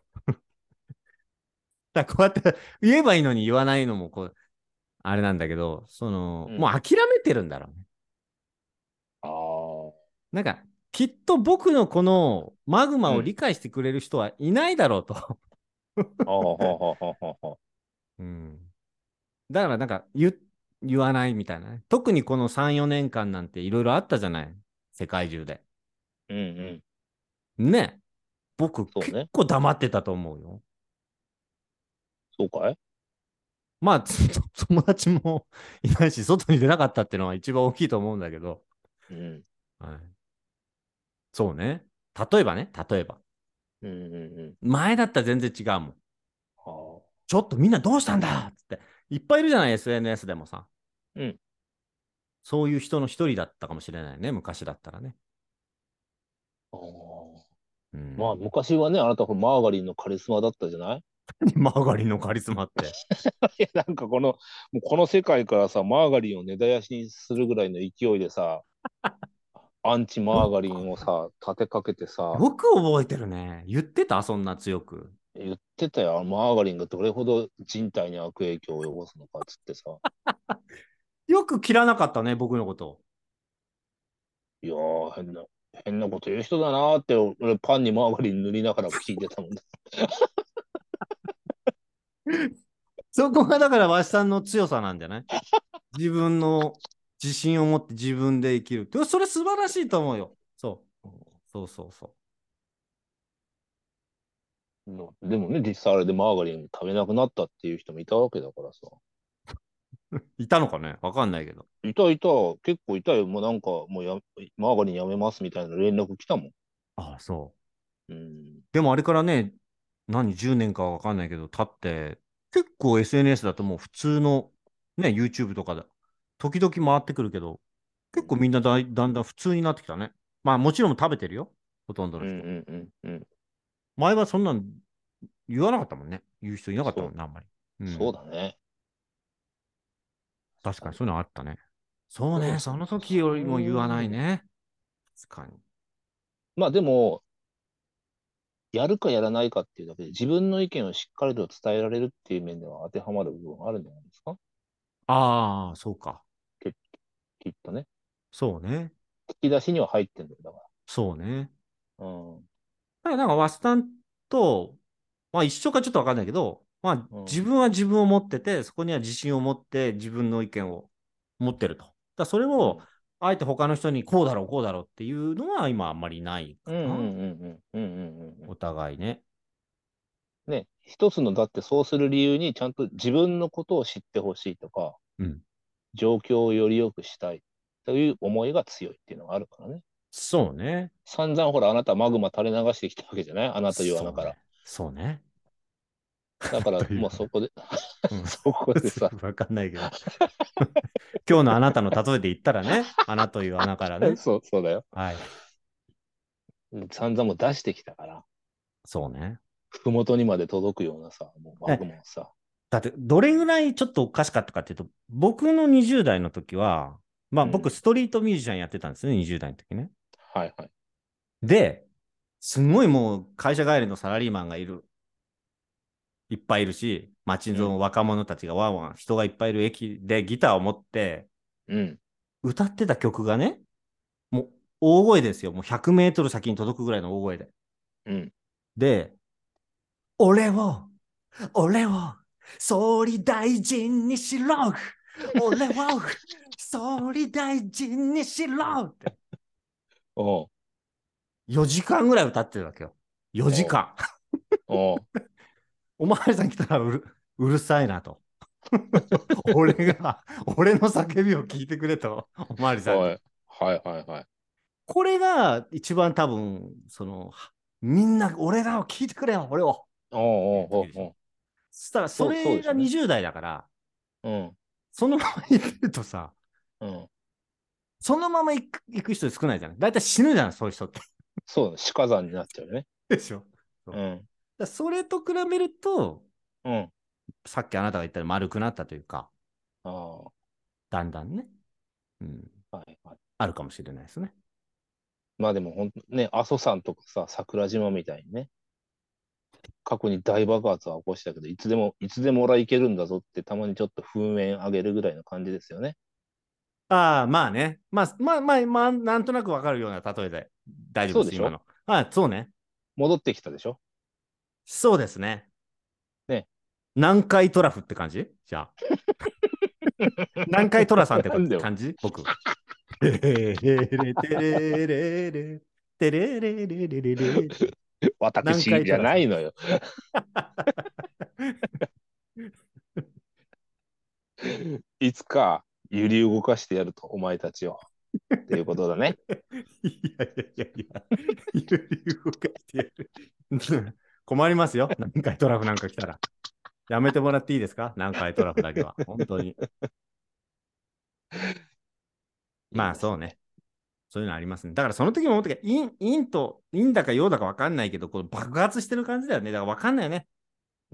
Speaker 1: だこうやって言えばいいのに言わないのもこう、あれなんだけど、その、も
Speaker 2: うん。
Speaker 1: う諦めてるんだろうね。
Speaker 2: ああ。
Speaker 1: なんか、きっと僕のこのマグマ
Speaker 2: うん。
Speaker 1: を理解してくれる人はいないだろうと。
Speaker 2: ああ、はあ、はあ、はあ、はあ。
Speaker 1: うん。だからなんか言、言わないみたいなね。特にこのさん、よねんかんなんていろいろあったじゃない。世界中で。
Speaker 2: うんうん。
Speaker 1: ね。僕
Speaker 2: そうね。
Speaker 1: 結構黙ってたと思うよ。
Speaker 2: そうかい？
Speaker 1: まあ、友達もいないし、外に出なかったっていうのは一番大きいと思うんだけど。
Speaker 2: うん。
Speaker 1: はい、そうね。例えばね、例えば。
Speaker 2: うんうんうん。
Speaker 1: 前だったら全然違うもん。
Speaker 2: ああ。
Speaker 1: ちょっとみんなどうしたんだっつって。いっぱいいるじゃない、エスエヌエス でもさ。
Speaker 2: うん。
Speaker 1: そういう人の一人だったかもしれないね、昔だったらね。
Speaker 2: ああ。
Speaker 1: う
Speaker 2: まあ、
Speaker 1: ん。
Speaker 2: 昔はね、あなたマーガリンのカリスマだったじゃない？
Speaker 1: マーガリンのカリスマって。
Speaker 2: いや、なんかこの、もうこの世界からさ、マーガリンを根絶やしにするぐらいの勢いでさ、アンチマーガリンをさ、立てかけてさ、
Speaker 1: よく覚えてるね。言ってたそんな強く。
Speaker 2: 言ってたよ、マーガリンがどれほど人体に悪影響を及ぼすのかっつってさ。
Speaker 1: よく切らなかったね、僕のこと。
Speaker 2: いやー、変な、変なこと言う人だなーって、俺パンにマーガリン塗りながら聞いてたもんね。
Speaker 1: そこがだからわしさんの強さなんじゃない？自分の自信を持って自分で生きる。でもそれ素晴らしいと思うよ。そう。そうそうそ
Speaker 2: のでもね、実際あれでマーガリン食べなくなったっていう人もいたわけだからさ。
Speaker 1: う。いたのかねわかんないけど。
Speaker 2: いたいた、結構いたよ。もうなんか、もうや、マーガリンやめますみたいな連絡来たもん。
Speaker 1: ああ、そう。
Speaker 2: うん。
Speaker 1: でもあれからね、何、じゅうねんかわかんないけど、経って、結構 エスエヌエス だともう普通の、ね、YouTube とかだ、時々回ってくるけど、結構みんなだい、だんだん普通になってきたね。まあもちろん食べてるよ。ほとんど
Speaker 2: うんう
Speaker 1: の人。
Speaker 2: んうんうん。
Speaker 1: 前はそんなん言わなかったもんね。言う人いなかった
Speaker 2: そう、
Speaker 1: もんね、あんまり。う
Speaker 2: そう
Speaker 1: ん。
Speaker 2: だね。確かに。
Speaker 1: 確かにそういうのあったね。そうね、そ
Speaker 2: そうそう
Speaker 1: の時
Speaker 2: そう。
Speaker 1: よりも言わない
Speaker 2: そう。
Speaker 1: ね。確かに。
Speaker 2: まあでも、やるかやらないかっていうだけで自分の意見をしっかりと伝えられるっていう面では当てはまる部分があるんじゃないですか？
Speaker 1: ああ、そうか。
Speaker 2: き、きっとね。
Speaker 1: そうね。
Speaker 2: 聞き出しには入ってんだよ、だか
Speaker 1: そうね。
Speaker 2: ら。うん。
Speaker 1: だからなんかワスタンと、まあ一緒かちょっとわかんないけど、まあ
Speaker 2: うん。
Speaker 1: 自分は自分を持ってて、そこには自信を持って自分の意見を持ってると。だからそれを、
Speaker 2: うん。
Speaker 1: あえて他の人にこうだろう、こうだろうっていうのは今あんまりない
Speaker 2: うんう
Speaker 1: かな。
Speaker 2: んうんうんうんうんうん。
Speaker 1: お互いね。
Speaker 2: ね、一つの、だってそうする理由に、ちゃんと自分のことを知ってほしいとか、
Speaker 1: うん。
Speaker 2: 状況をより良くしたいという思いが強いっていうのがあるからね。
Speaker 1: そうね。
Speaker 2: 散々ほら、あなたマグマ垂れ流してきたわけじゃない？穴という穴から。
Speaker 1: そうね。そうね。
Speaker 2: だから、
Speaker 1: というよね。
Speaker 2: もうそこで
Speaker 1: うん。
Speaker 2: そこでさ、
Speaker 1: わかんないけど。今日のあなたの例えで言ったらね、穴という穴からね。
Speaker 2: そう、そうだよ。
Speaker 1: はい。
Speaker 2: 散々もう出してきたから、
Speaker 1: そうね。
Speaker 2: ふもとにまで届くようなさ、もうマ
Speaker 1: え、
Speaker 2: グマをさ。
Speaker 1: だって、どれぐらいちょっとおかしかったかっていうと、僕のにじゅう代の時は、まあ僕、
Speaker 2: うん。
Speaker 1: ストリートミュージシャンやってたんですね、にじゅう代の時ね。
Speaker 2: はいはい。
Speaker 1: で、すんごいもう会社帰りのサラリーマンがいる、いっぱいいるし、街
Speaker 2: うん。
Speaker 1: の若者たちがワンワン、人がいっぱいいる駅でギターを持って
Speaker 2: うん。
Speaker 1: 歌ってた曲がね、もう大声ですよ。もうひゃくメートル先に届くぐらいの大声で。
Speaker 2: うん。
Speaker 1: で、俺を、俺を、総理大臣にしろ俺を、総理大臣にしろって。
Speaker 2: おう。
Speaker 1: よじかんぐらい歌ってるわけよ。4
Speaker 2: おう。
Speaker 1: 時間。
Speaker 2: おう。
Speaker 1: おまわりさん来たらうるうるさいなと。 俺が、俺の叫びを聞いてくれと、おまわりさんに。
Speaker 2: はい。はいはいはい。
Speaker 1: これが一番多分、その、みんな、俺らを聞いてくれよ、俺を。
Speaker 2: おうおう
Speaker 1: 時でしょ。
Speaker 2: おうおう。
Speaker 1: そしたら、そ
Speaker 2: そう、そう
Speaker 1: れが
Speaker 2: でしょうね。
Speaker 1: にじゅう代だから、
Speaker 2: うん。
Speaker 1: そのまま言ってるとさ、
Speaker 2: うん。
Speaker 1: そのまま行く行く人少ないじゃん。だいたい死ぬじゃん、そういう人って。
Speaker 2: そう、鹿山になっちゃうよね。
Speaker 1: でしょ。そうだか
Speaker 2: うん。
Speaker 1: らそれと比べると、
Speaker 2: うん。
Speaker 1: さっきあなたが言ったように丸くなったというか、
Speaker 2: ああ。は
Speaker 1: だんだんね、うん、
Speaker 2: いはい。
Speaker 1: あるかもしれないですね。
Speaker 2: まあでも本当ね、阿蘇山とかさ、桜島みたいにね、過去に大爆発は起こしたけど、いつでも、いつでも俺は行けるんだぞって、たまにちょっと噴煙上げるぐらいの感じですよね。
Speaker 1: ああ、まあね。まあ、まあ、まあ、まあ、なんとなくわかるような例えで大丈夫です、
Speaker 2: そうでしょ？
Speaker 1: 今の。ああ、そうね。
Speaker 2: 戻ってきたでしょ？
Speaker 1: そうですね。
Speaker 2: ね。
Speaker 1: 南海トラフって感じじゃあ。南海トラさんって
Speaker 2: なんでよ。
Speaker 1: 感じ僕。テレレテレレレテレレレレレレ南
Speaker 2: 私じゃ
Speaker 1: 海トラさん。
Speaker 2: ないのよ。いつか揺り動かしてやると、お前たちを。っていうことだね。
Speaker 1: いやいやいやいや、揺り動かしてやる。困りますよ。南海トラフなんか来たら。やめてもらっていいですか？南海トラフだけは。本当に。
Speaker 2: いい
Speaker 1: まあ
Speaker 2: ですね。
Speaker 1: そうね。そういうのありますね。だからその時も思ったけど、陰、陰と、陰だか陽だか分かんないけど、こう爆発してる感じだよね。だから分かんないよね。
Speaker 2: うん。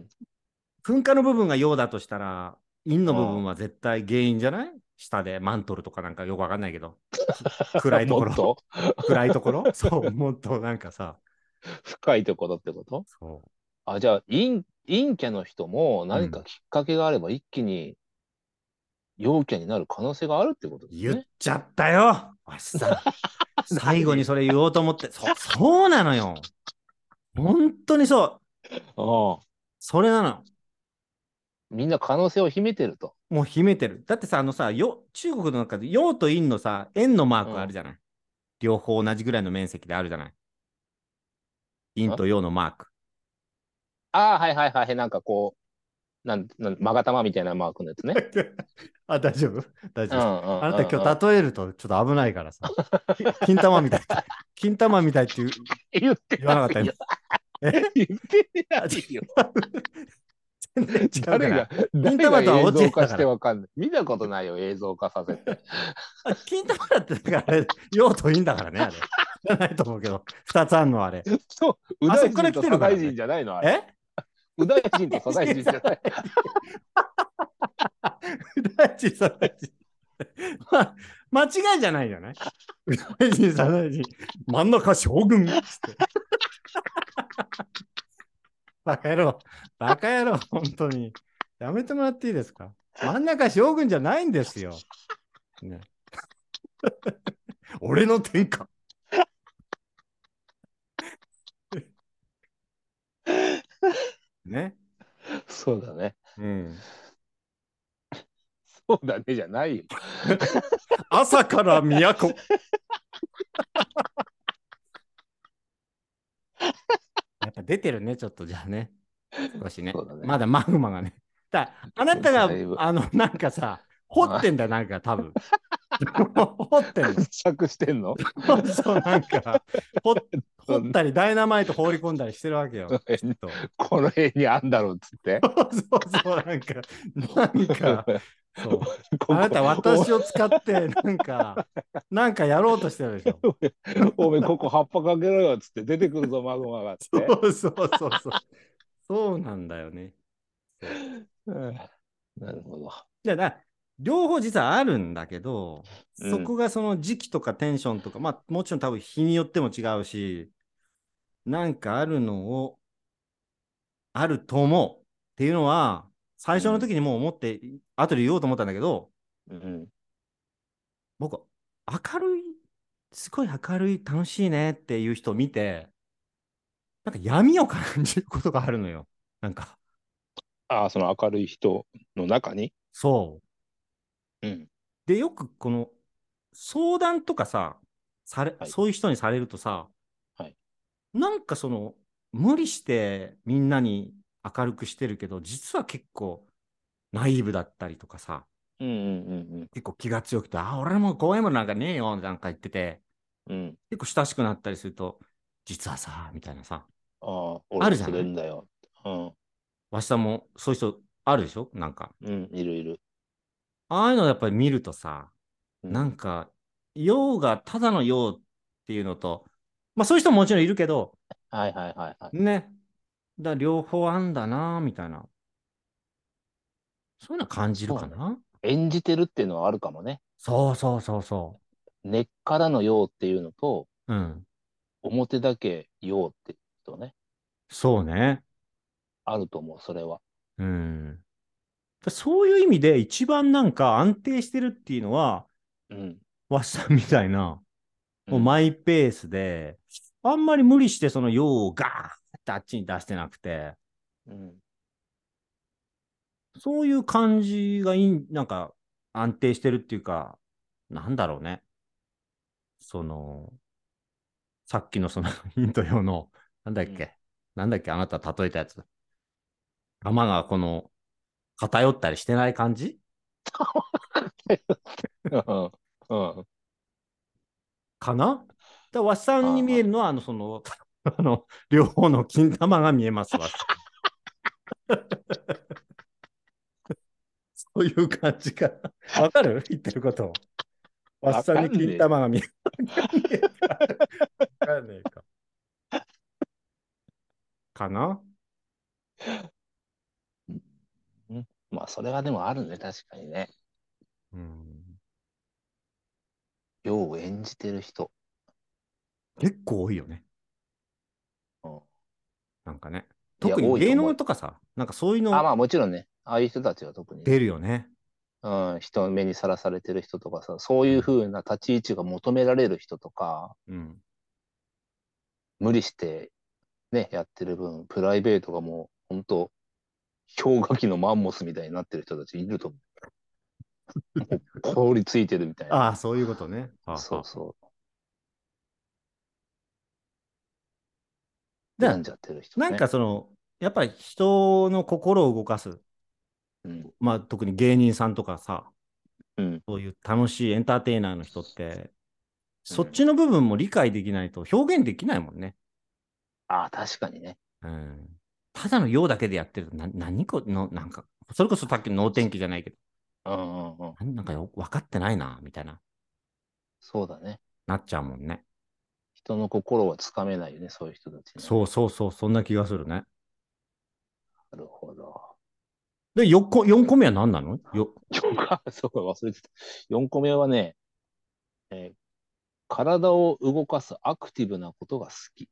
Speaker 1: 噴火の部分が陽だとしたら、陰の部分
Speaker 2: あ
Speaker 1: は絶対原因じゃない？下でマントルとかなんかよく分かんないけど。
Speaker 2: あ。
Speaker 1: 暗いところ。
Speaker 2: もっと
Speaker 1: 暗いところそう、もっとなんかさ、
Speaker 2: 深いところってこと？
Speaker 1: そ
Speaker 2: あ、じゃあ、陰、陰キャの人も
Speaker 1: う。うん。
Speaker 2: 何かきっかけがあれば一気に陽キャになる可能性があるってことです
Speaker 1: 言っ
Speaker 2: ね。
Speaker 1: ちゃったよ。わしさん。最後に
Speaker 2: 何？
Speaker 1: それ言おうと思って。そう、そうなのよ。本当にそう。
Speaker 2: ああ。
Speaker 1: それなの。
Speaker 2: みんな可能性を秘めてると。
Speaker 1: もう秘めてる。だってさ、あのさ、よ中国の中で陽と陰のさ、円のマー
Speaker 2: うん。
Speaker 1: クあるじゃない。両方同じぐらいの面積であるじゃない。陰
Speaker 2: あ
Speaker 1: と陽のマーク。
Speaker 2: あー、はいはいはい。なんかこう、なん、なん、勾玉みたいなマークのやつね。
Speaker 1: あ、大丈夫大丈夫。
Speaker 2: うんうん
Speaker 1: あなた今
Speaker 2: うんうん。
Speaker 1: 日例えるとちょっと危ないからさ。金玉みたいって。金玉みたいって言う
Speaker 2: 言って
Speaker 1: 言わなかった今。
Speaker 2: ないよ。
Speaker 1: え
Speaker 2: 言ってな
Speaker 1: あ、違
Speaker 2: いよ。
Speaker 1: う。全然違うか
Speaker 2: 誰が、
Speaker 1: ら。金玉とは
Speaker 2: 誰が映像化し
Speaker 1: 落ちだから。
Speaker 2: てわかんない。見たことないよ、映像化させて。
Speaker 1: あ、金玉だってだからあれ、陽と陰だからね、あれ。じゃないと思うけど、二つあんのあれ。
Speaker 2: そう、右
Speaker 1: あそこから来
Speaker 2: 大臣と左
Speaker 1: てるからね。
Speaker 2: 大臣じゃないの、あれ。
Speaker 1: え
Speaker 2: 右大臣と左大臣じゃない。
Speaker 1: 大地さ大地。まあ、間違いじゃないじゃない？大地さ大地。真ん中将軍つって。バカ野郎。バカ野郎。本当に。やめてもらっていいですか？真ん中将軍じゃないんですよ。ね、俺の天下。ね。
Speaker 2: そうだね。
Speaker 1: うん。
Speaker 2: そうだね、じゃないよ。
Speaker 1: 朝から都。やっぱ出てるね、ちょっとじゃあね。少しね。
Speaker 2: そうだね。
Speaker 1: まだマグマがね。だあなたが、
Speaker 2: だいぶ。
Speaker 1: あの、なんかさ、掘ってんだよ、なんか多分。掘ってんの。
Speaker 2: 掘削してんの？
Speaker 1: そう、なんか、掘掘ったり、ダイナマイト放り込んだりしてるわけよ。きっと。
Speaker 2: この辺にあんだろうっつって。
Speaker 1: そうそう、なんか、なんか、そう。
Speaker 2: ここ、
Speaker 1: あなた、私を使って、なんか、なんかやろうとしてるでしょ。
Speaker 2: おめえ、ここ葉っぱかけろよっつって、出てくるぞ、マグマがっつって。
Speaker 1: そうそうそうそう。そうなんだよね。そう。
Speaker 2: うん、なるほど。
Speaker 1: いやだ両方実はあるんだけど、
Speaker 2: うん。
Speaker 1: そこがその時期とかテンションとか、まあもちろん多分日によっても違うし、なんかあるのを、あると思うっていうのは、最初の
Speaker 2: うん。
Speaker 1: 時にもう思って、後で言おうと思ったんだけど、
Speaker 2: うん。
Speaker 1: 僕、明るい、すごい明るい、楽しいねっていう人を見て、なんか闇を感じることがあるのよ。なんか、
Speaker 2: ああ、その明るい人の中に。
Speaker 1: そう。
Speaker 2: うん。
Speaker 1: で、よくこの相談とかさ、され、
Speaker 2: はい。
Speaker 1: そういう人にされるとさ、
Speaker 2: はい。
Speaker 1: なんかその、無理してみんなに明るくしてるけど、実は結構ナイーブだったりとかさ、
Speaker 2: うんうんうん
Speaker 1: 結構気が強くて、あ、俺も公園もなんかねえよ、なんか言ってて、
Speaker 2: うん。うん。
Speaker 1: 結構親しくなったりすると、実はさ、みたいなさ、
Speaker 2: ああ、俺もそ
Speaker 1: あるじゃない。
Speaker 2: れんだよ。うん。
Speaker 1: わしさんもそういう人あるでしょなんか。
Speaker 2: うん、いるいる。
Speaker 1: ああいうのやっぱり見るとさ、
Speaker 2: うん。
Speaker 1: なんか、用がただの用っていうのと、まあそういう人ももちろんいるけど、
Speaker 2: はいはいはいはい。
Speaker 1: ね、だ両方あんだな、みたいな。そういうの感じる
Speaker 2: そうね。
Speaker 1: かな。
Speaker 2: 演じてるっていうのはあるかもね。
Speaker 1: そうそうそうそ
Speaker 2: 根っからのようっていうのと、
Speaker 1: う。うん。
Speaker 2: 表だけようっていうのね。
Speaker 1: そうね。
Speaker 2: あると思う、それは。
Speaker 1: うん。そういう意味で一番なんか安定してるっていうのは、
Speaker 2: うん。
Speaker 1: わしさんみたいな、もう
Speaker 2: うん。
Speaker 1: マイペースで、あんまり無理してその用をガーってあっちに出してなくて、
Speaker 2: うん。
Speaker 1: そういう感じがいい、なんか安定してるっていうか、なんだろうね。その、さっきのそのヒント用の、なんだ
Speaker 2: うん。
Speaker 1: っけ、なんだっけ、あなた例えたやつ。玉がこの偏ったりしてない感じ
Speaker 2: うん。うん。
Speaker 1: かな。だわしさんに見
Speaker 2: ああ、
Speaker 1: えるのは、あの、その、あの、両方の金玉が見えます、わし。そういう感じかな。わかる言ってること。わし
Speaker 2: わ
Speaker 1: さんに金
Speaker 2: かんね
Speaker 1: 玉が見える。見えるか。わかんねえか。かな。
Speaker 2: え。うん。まあ、それはでもあるね、確かにね。
Speaker 1: うん。
Speaker 2: よう演じてる人。
Speaker 1: 結構多いよね。
Speaker 2: うん。
Speaker 1: なんかね。
Speaker 2: いや、
Speaker 1: 特に芸
Speaker 2: 多いと思うよ。
Speaker 1: 能とかさ、なんかそういう
Speaker 2: あ、
Speaker 1: の
Speaker 2: まあもちろんね、ああいう人たちは特に
Speaker 1: 出
Speaker 2: ね、
Speaker 1: るよね。
Speaker 2: うん、人目にさらされてる人とかさ、そういう
Speaker 1: うん。
Speaker 2: 風な立ち位置が求められる人とか、
Speaker 1: うん。
Speaker 2: 無理してね、やってる分、プライベートがもう、本当氷河期のマンモスみたいになってる人たちいると思う。もう凍りついてるみたいな。
Speaker 1: ああ、そういうことね。はあ、はあ。
Speaker 2: そうそう。
Speaker 1: で、
Speaker 2: 病んじゃってる人
Speaker 1: なん
Speaker 2: ね。
Speaker 1: かその、やっぱり人の心を動かす。
Speaker 2: うん。
Speaker 1: まあ特に芸人さんとかさ、
Speaker 2: うん。
Speaker 1: そういう楽しいエンターテイナーの人って、そっ
Speaker 2: うん。
Speaker 1: ちの部分も理解できないと表現できないもんね。
Speaker 2: ああ、確かにね。
Speaker 1: うん。ただの用だけでやってると、な、何この、なんか、それこそさっきの能天気じゃないけど、
Speaker 2: うんうんうん。
Speaker 1: なんなんかよ分かってないな、みたいな、
Speaker 2: そうだね。
Speaker 1: なっちゃうもんね。
Speaker 2: 人の心はつかめないよね、そういう人たちには
Speaker 1: そう
Speaker 2: ね。
Speaker 1: そうそう、そんな気がするね。
Speaker 2: なるほど。
Speaker 1: で、よっこ、よんこめは何なのよ、
Speaker 2: よんこ、そうか、忘れてた。よんこめはね、えー体を動かすアクティブなことが好き。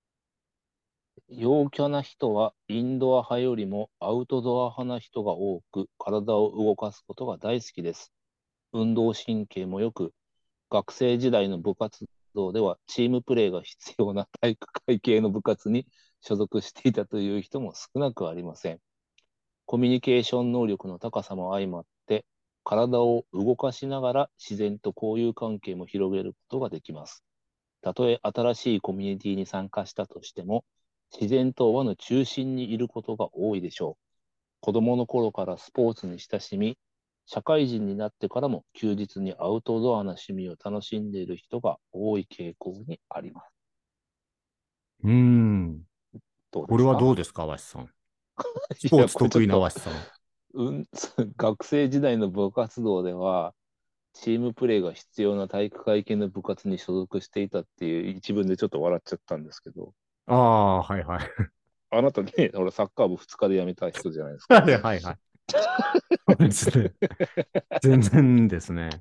Speaker 2: 陽キャな人はインドア派よりもアウトドア派な人が多く、体を動かすことが大好きです。運動神経も良く、学生時代の部活動ではチームプレーが必要な体育会系の部活に所属していたという人も少なくありません。コミュニケーション能力の高さも相まって、体を動かしながら自然と交友関係も広げることができます。たとえ新しいコミュニティに参加したとしても、自然と輪の中心にいることが多いでしょう。子供の頃からスポーツに親しみ、社会人になってからも休日にアウトドアな趣味を楽しんでいる人が多い傾向にあります。
Speaker 1: うーん。これは
Speaker 2: どうですか？
Speaker 1: どうですか、わしさん。ス
Speaker 2: いや、
Speaker 1: ポーツ得意な
Speaker 2: これちょっと、
Speaker 1: わしさん。
Speaker 2: うん、学生時代の部活動では、チームプレーが必要な体育会系の部活に所属していたっていう一文でちょっと笑っちゃったんですけど、
Speaker 1: ああ、はいはい。
Speaker 2: あなたね、俺サッカー部ふつかで辞めた人じゃないですか。
Speaker 1: はいはいはい。そうですね。全然ですね。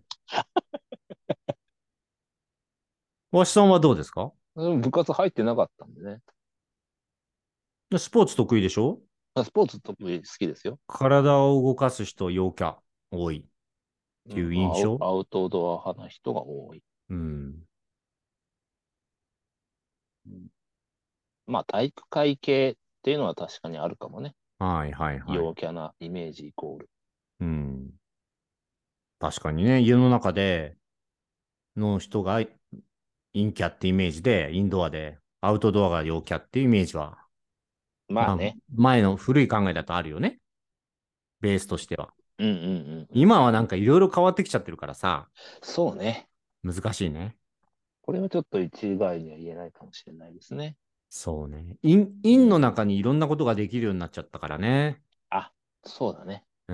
Speaker 1: わしさんはどうですか？
Speaker 2: うん部活入ってなかったんでね。
Speaker 1: スポーツ得意でしょ？
Speaker 2: スポーツ得意好きですよ。
Speaker 1: 体を動かす人、陽キャ多いっていう
Speaker 2: うん、アウ、
Speaker 1: 印象。
Speaker 2: アウトドア派な人が多い。
Speaker 1: うん。
Speaker 2: うん、まあ、体育会系っていうのは確かにあるかもね。
Speaker 1: はいはいはい。
Speaker 2: 陽キャなイメージイコール。
Speaker 1: うん。確かにね、家の中での人が陰キャってイメージで、インドアで、アウトドアが陽キャっていうイメージは、まあ、
Speaker 2: まあね。
Speaker 1: 前の古い考えだとあるよね。 ベースとしては。
Speaker 2: うんうんうんうん。
Speaker 1: 今はなんかいろいろ変わってきちゃってるからさ、
Speaker 2: そうね。
Speaker 1: 難しいね。
Speaker 2: これはちょっと一概には言えないかもしれないですね。
Speaker 1: そうね。陰、陰
Speaker 2: うん。
Speaker 1: の中にいろんなことができるようになっちゃったからね。
Speaker 2: あ、そうだね。
Speaker 1: うん、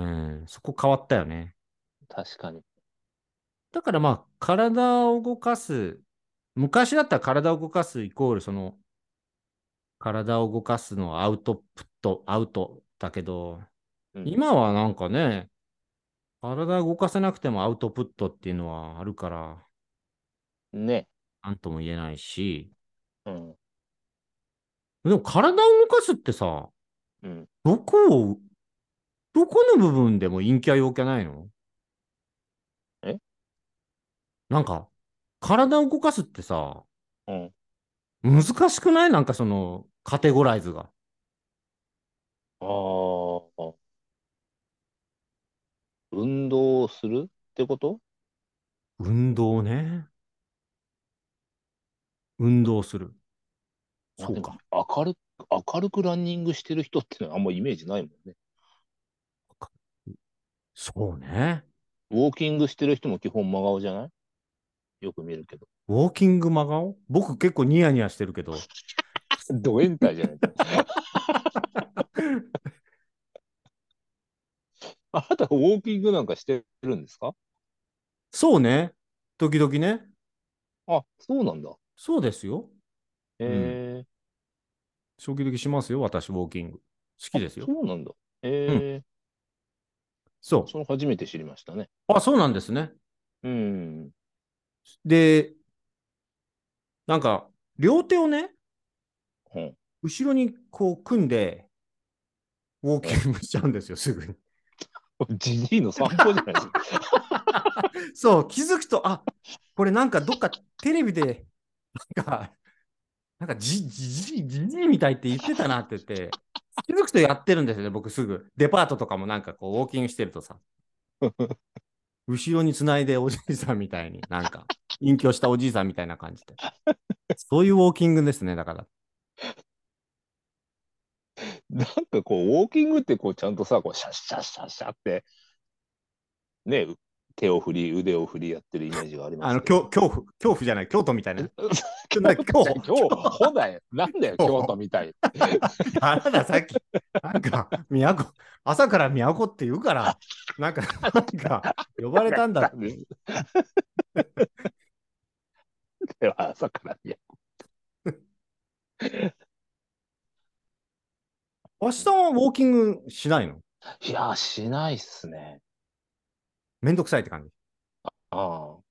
Speaker 1: そこ変わったよね。
Speaker 2: 確かに。
Speaker 1: だからまあ、体を動かす、昔だったら体を動かすイコール、その、体を動かすのはアウトプット、アウトだけど、
Speaker 2: うん。
Speaker 1: 今はなんかね、体を動かせなくてもアウトプットっていうのはあるから、
Speaker 2: ね。
Speaker 1: なんとも言えないし、
Speaker 2: うん。
Speaker 1: でも体を動かすってさ、
Speaker 2: うん。
Speaker 1: どこを、どこの部分でも陰キャ陽キャないの？
Speaker 2: え
Speaker 1: なんか、体を動かすってさ、
Speaker 2: うん。
Speaker 1: 難しくない？なんかその、カテゴライズが。
Speaker 2: ああ、運動するってこと？
Speaker 1: 運動ね。運動する。
Speaker 2: まあでも、
Speaker 1: そうか。
Speaker 2: 明るく、明るくランニングしてる人ってのはあんまイメージないもんね。
Speaker 1: そうね。
Speaker 2: ウォーキングしてる人も基本真顔じゃない？よく見るけど。
Speaker 1: ウォーキング真顔？僕結構ニヤニヤしてるけど。
Speaker 2: ドエンタイじゃないか。あなたウォーキングなんかしてるんですか？
Speaker 1: そうね。時々ね。
Speaker 2: あ、そうなんだ。
Speaker 1: そうですよ。
Speaker 2: へ
Speaker 1: うん。
Speaker 2: え。
Speaker 1: 時々しますよ、私、ウォーキング。好き
Speaker 2: あ、
Speaker 1: ですよ。
Speaker 2: そうなんだ。
Speaker 1: うん。
Speaker 2: へえ。
Speaker 1: そ
Speaker 2: その初めて知りましたね。
Speaker 1: う。あ、そうなんですね。
Speaker 2: うん。
Speaker 1: で、なんか、両手をね、
Speaker 2: ほん。
Speaker 1: 後ろにこう組んで、ウォーキ
Speaker 2: ほん。
Speaker 1: ングしちゃうんですよ、すぐに。
Speaker 2: ジジイの散歩じゃないですか。
Speaker 1: そう、気づくと、あ、これなんかどっかテレビで、なんか、なんかじ、じじい、じじいみたいって言ってたなって言って、気づくとやってるんですよね、僕すぐ。デパートとかもなんかこう、ウォーキングしてるとさ、後ろにつないでおじいさんみたいに、なんか、隠居したおじいさんみたいな感じで。そういうウォーキングですね、だから。
Speaker 2: なんかこう、ウォーキングってこう、ちゃんとさ、こう、シャッシャッシャッシャッって、ね、手を振り、腕を振りやってるイメージがありま
Speaker 1: あの、
Speaker 2: すけど。
Speaker 1: 恐恐怖、恐怖じゃない、京都みたいな。
Speaker 2: 京
Speaker 1: な
Speaker 2: 都じゃ、
Speaker 1: 恐怖、
Speaker 2: 今日、ほだよ。なんだよ、京都
Speaker 1: 恐怖。
Speaker 2: みたい。
Speaker 1: あなたさっき、なんか、都、朝から都って言うから、なんか、なんか、呼ばれたんだって。
Speaker 2: なんです。では、朝からいや。
Speaker 1: 明日はウォーキングしないの？
Speaker 2: いや、しないっすね。
Speaker 1: めんどくさいって感じ。
Speaker 2: ああ。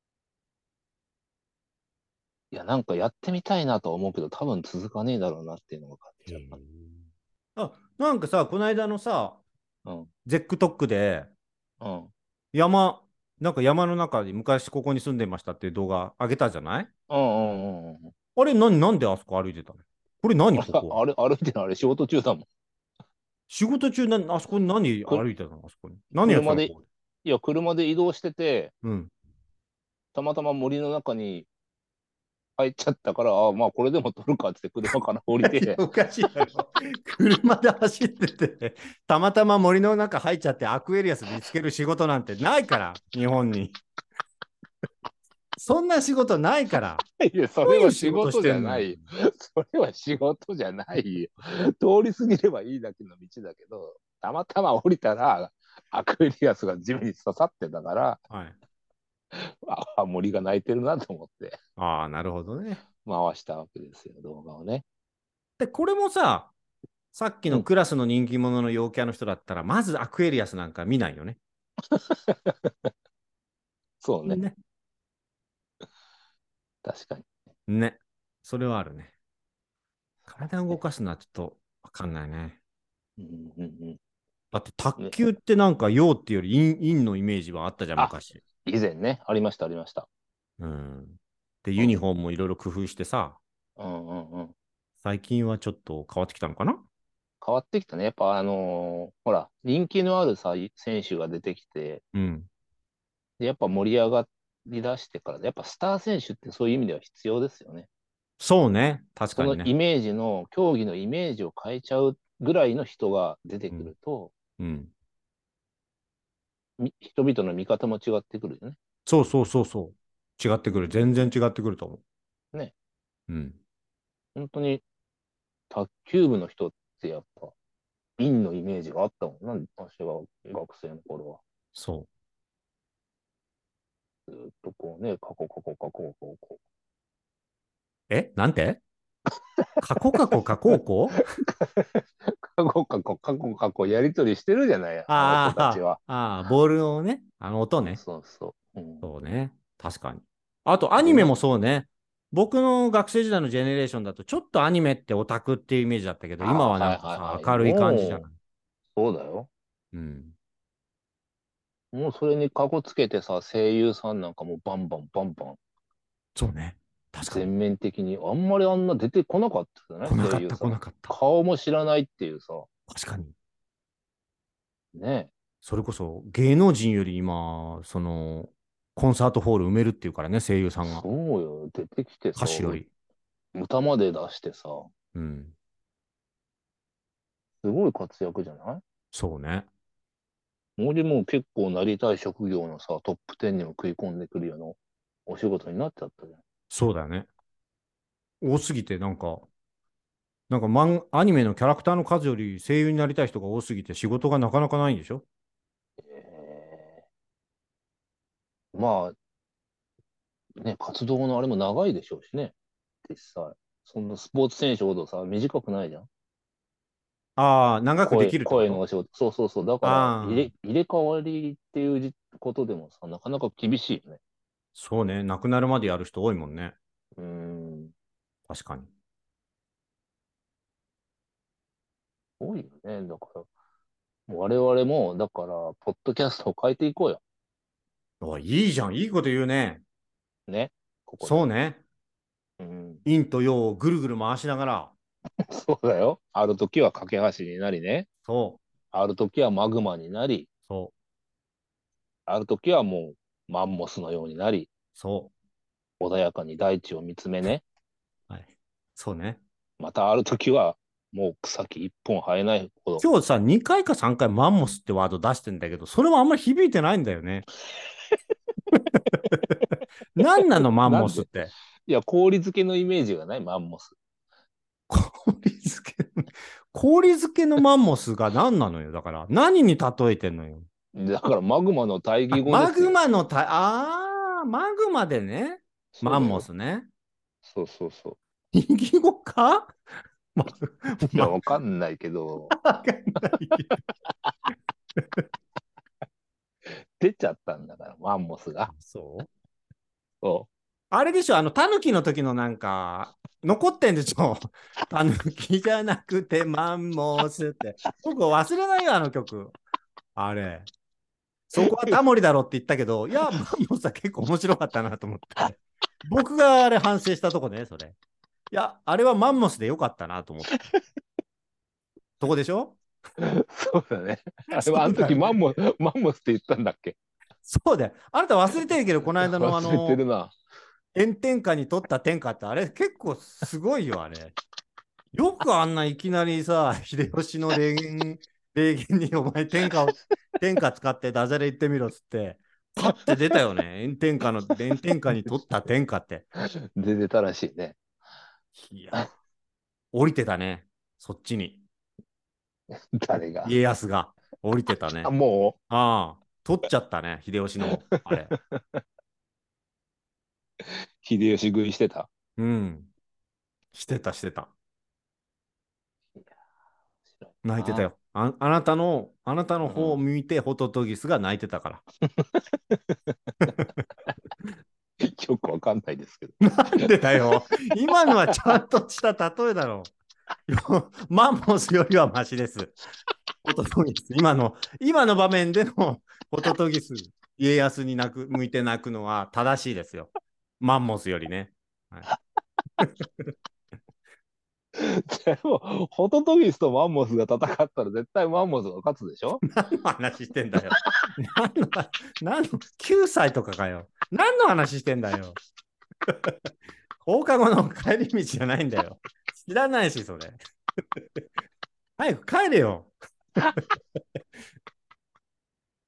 Speaker 2: いや、なんかやってみたいなとは思うけど、多分続かねえだろうなっていうのが感じ
Speaker 1: へえ。
Speaker 2: ちゃった。
Speaker 1: あ、なんかさ、この間のさ、
Speaker 2: うん。
Speaker 1: ゼックトックで、
Speaker 2: うん。
Speaker 1: 山、なんか山の中に昔ここに住んでましたっていう動画上げたじゃない？
Speaker 2: うんうんうんうん。
Speaker 1: あれ、何、なんであそこ歩いてたの？これ何
Speaker 2: あれ、
Speaker 1: ここは？
Speaker 2: あれ、歩いてるのあれ仕事中だもん。
Speaker 1: 仕事中な、あそこに何
Speaker 2: く、
Speaker 1: 歩いてたの？あそこに。何やってた
Speaker 2: 車で、
Speaker 1: のここで。
Speaker 2: いや、車で移動してて、
Speaker 1: うん。
Speaker 2: たまたま森の中に入っちゃったから、ああ、まあこれでも撮るかって車から降り
Speaker 1: いや、
Speaker 2: て、
Speaker 1: おかしいだろ。車で走ってて、たまたま森の中入っちゃってアクエリアス見つける仕事なんてないから、日本に。そんな仕事ないから。
Speaker 2: いや、そ
Speaker 1: ど
Speaker 2: れは
Speaker 1: ういう仕事し
Speaker 2: 仕事じ
Speaker 1: てんのよ。
Speaker 2: ゃない。それは仕事じゃないよ。通り過ぎればいいだけの道だけど、たまたま降りたら、アクエリアスが地面に刺さってたから、
Speaker 1: はい。
Speaker 2: あ、森が鳴いてるなと思って
Speaker 1: ああ、なるほどね。
Speaker 2: 回したわけですよ、動画をね。
Speaker 1: で、これもさ、さっき
Speaker 2: うん、
Speaker 1: のクラスの人気者の陽キャの人だったら、まずアクエリアスなんか見ないよね。
Speaker 2: そうね。
Speaker 1: ね。
Speaker 2: 確かに。
Speaker 1: ね。それはあるね。体を動かすのはちょっとわかんないね。
Speaker 2: うんうん
Speaker 1: だって卓
Speaker 2: うん。ね。
Speaker 1: 球ってなんか陽っていうより陰、陰のイメージはあったじゃん、
Speaker 2: あ、
Speaker 1: 昔。
Speaker 2: 以前ね、ありました、ありました。
Speaker 1: うん。で、
Speaker 2: うん。
Speaker 1: ユニフォームもいろいろ工夫してさ、
Speaker 2: うんうんうん。
Speaker 1: 最近はちょっと変わってきたのかな？
Speaker 2: 変わってきたね。やっぱあのーほら、人気のあるさ、選手が出てきて、
Speaker 1: うん。
Speaker 2: で、やっぱ盛り上がり出してから、やっぱスター選手ってそういう意味では必要ですよね。
Speaker 1: そうね。確
Speaker 2: そ
Speaker 1: かにね。
Speaker 2: のイメージの、競技のイメージを変えちゃうぐらいの人が出て
Speaker 1: うん。
Speaker 2: くると、
Speaker 1: うん。
Speaker 2: み人々の見方も違ってくるよね。
Speaker 1: そうそうそうそう。違ってくる。全然違ってくると思
Speaker 2: ね。
Speaker 1: う。うん。
Speaker 2: 本当に卓球部の人ってやっぱ、陰のイメージがあったもんな、私が学生の頃は。
Speaker 1: そう。
Speaker 2: ずっとこうね、過去過去過去過去。
Speaker 1: えなんて過去過去過去こ
Speaker 2: 過去過去過去過去やりとりしてるじゃない、あの子たち
Speaker 1: あ
Speaker 2: は。
Speaker 1: あ、ああ、ボールのね、あの音
Speaker 2: そう
Speaker 1: ね。
Speaker 2: そうそう。うん、
Speaker 1: そうね。確かに。あと、アニ
Speaker 2: でな、
Speaker 1: メもそうね。僕の学生時代のジェネレーションだと、ちょっとアニメってオタクっていうイメージだったけど、
Speaker 2: ああ、
Speaker 1: 今はな
Speaker 2: はい
Speaker 1: んかさ、
Speaker 2: はいはい。
Speaker 1: 明るい感じじゃ
Speaker 2: もう、
Speaker 1: ない。
Speaker 2: そうだよ。
Speaker 1: うん。
Speaker 2: もうそれにかこつけてさ、声優さんなんかもバンバンバンバン
Speaker 1: そうね。確かに。
Speaker 2: 全面的に、あんまりあんな出てこなかったよね、
Speaker 1: 来なかった、
Speaker 2: 声優さん。
Speaker 1: 来なかった。
Speaker 2: 顔も知らないっていうさ、
Speaker 1: 確かに。
Speaker 2: ね。
Speaker 1: それこそ、芸能人より今、その、コンサートホール埋めるっていうからね、声優さんが。
Speaker 2: そうよ、出てきてさ、う
Speaker 1: 歌手より。
Speaker 2: 歌まで出してさ、
Speaker 1: うん。
Speaker 2: すごい活躍じゃない？
Speaker 1: そうね。
Speaker 2: 俺も結構なりたい職業のさ、トップじゅうにも食い込んでくるようなお仕事になっちゃったじゃん。
Speaker 1: そうだよね。多すぎて、なんか、なんかマン、アニメのキャラクターの数より声優になりたい人が多すぎて仕事がなかなかないんでしょ？
Speaker 2: えー、まあ、ね、活動のあれも長いでしょうしね、実際。そんなスポーツ選手ほどさ、短くないじゃん。
Speaker 1: ああ、長くで
Speaker 2: 声、
Speaker 1: きるってこと？
Speaker 2: 声のお仕事。そうそうそう。だから、入
Speaker 1: ああ、
Speaker 2: れ、入れ替わりっていうじことでもさ、なかなか厳しいよね。
Speaker 1: そうね。亡くなるまでやる人多いもんね。
Speaker 2: うーん。
Speaker 1: 確かに。
Speaker 2: 多いよね。だから、我々も、だから、ポッドキャストを変えていこうよ。
Speaker 1: おい、いいじゃん。いいこと言うね。
Speaker 2: ね。ここで。
Speaker 1: そうね。
Speaker 2: うん。
Speaker 1: 陰と陽をぐるぐる回しながら。
Speaker 2: そうだよ。ある時は架け橋になりね。
Speaker 1: そう、
Speaker 2: ある時はマグマになり、
Speaker 1: そう、
Speaker 2: ある時はもうマンモスのようになり、
Speaker 1: そ
Speaker 2: 穏やかに大地を見つめね。
Speaker 1: う。はい。そうね。
Speaker 2: またある時は、もう草木一本生えないほど。
Speaker 1: 今日さ、にかいかさんかいマンモスってワード出してんだけど、それもあんまり響いてないんだよね。何なの、マン
Speaker 2: なんで？
Speaker 1: モスって。
Speaker 2: いや、氷漬けのイメージがない、マンモス。
Speaker 1: 氷漬け、氷漬けのマンモスが何なのよ。だから、何に例えてんのよ。
Speaker 2: だからマグマの対義
Speaker 1: あ、
Speaker 2: 語ですよ。
Speaker 1: マグマのた、あー、マグマでね。マンモ
Speaker 2: そうだよ。
Speaker 1: スね。
Speaker 2: そうそうそ
Speaker 1: イギゴか？ま、
Speaker 2: う。いや、
Speaker 1: ま、
Speaker 2: わかんないけど、
Speaker 1: わかんないけど。
Speaker 2: 出ちゃったんだから、マンモスが。
Speaker 1: そう、
Speaker 2: そ
Speaker 1: あれでしょ、あの、タヌキの時のなんか、残ってんでしょ？タヌキじゃなくてマンモスって。僕忘れないよ、あの曲。あれ。そこはタモリだろって言ったけど、いや、マンモスは結構面白かったなと思って。僕があれ反省したとこね、それ。いや、あれはマンモスでよかったなと思って。そこでしょ？
Speaker 2: う。そうだね。あれは、あの
Speaker 1: そうだよね。
Speaker 2: 時マンモ、マンモスって言ったんだっけ？
Speaker 1: そうだよ。あなた忘れてるけど、この間のあ
Speaker 2: 忘れて
Speaker 1: の、
Speaker 2: るな。
Speaker 1: 炎天下に取った天下って、あれ結構すごいよ、あれ。よくあんないきなりさ、秀吉の霊言、霊言にお前天下を、天下使ってダジャレ言ってみろっつって、パッて出たよね。炎天下の、炎天下に取った天下って。
Speaker 2: 出てたらしいね。
Speaker 1: いや、降りてたね。そっちに。
Speaker 2: 誰が。
Speaker 1: 家康が降りてた
Speaker 2: あ、
Speaker 1: ね。
Speaker 2: も
Speaker 1: ああ、取っちゃったね。秀吉の、あれ。
Speaker 2: う、秀吉食いしてた。
Speaker 1: うん。してた、してた。
Speaker 2: いや、面白いな。
Speaker 1: 泣いてたよ。あ、あなたの、あなたの方を
Speaker 2: うん。
Speaker 1: 見て、ホトトギスが泣いてたから。
Speaker 2: よくわかんないですけど。
Speaker 1: なんでだよ。今のはちゃんとした例えだろう。マンモスよりはマシです。ホトトギス。今の、今の場面でのホトトギス、家康に泣く、向いて泣くのは正しいですよ。マンモスよりね。はい、
Speaker 2: でも、ホトトギスとマンモスが戦ったら絶対マンモスが勝つでしょ？
Speaker 1: 何の話してんだよ。何の、何の、きゅうさいとかかよ。何の話してんだよ。放課後の帰り道じゃないんだよ。知らないし、それ。早く帰れよ。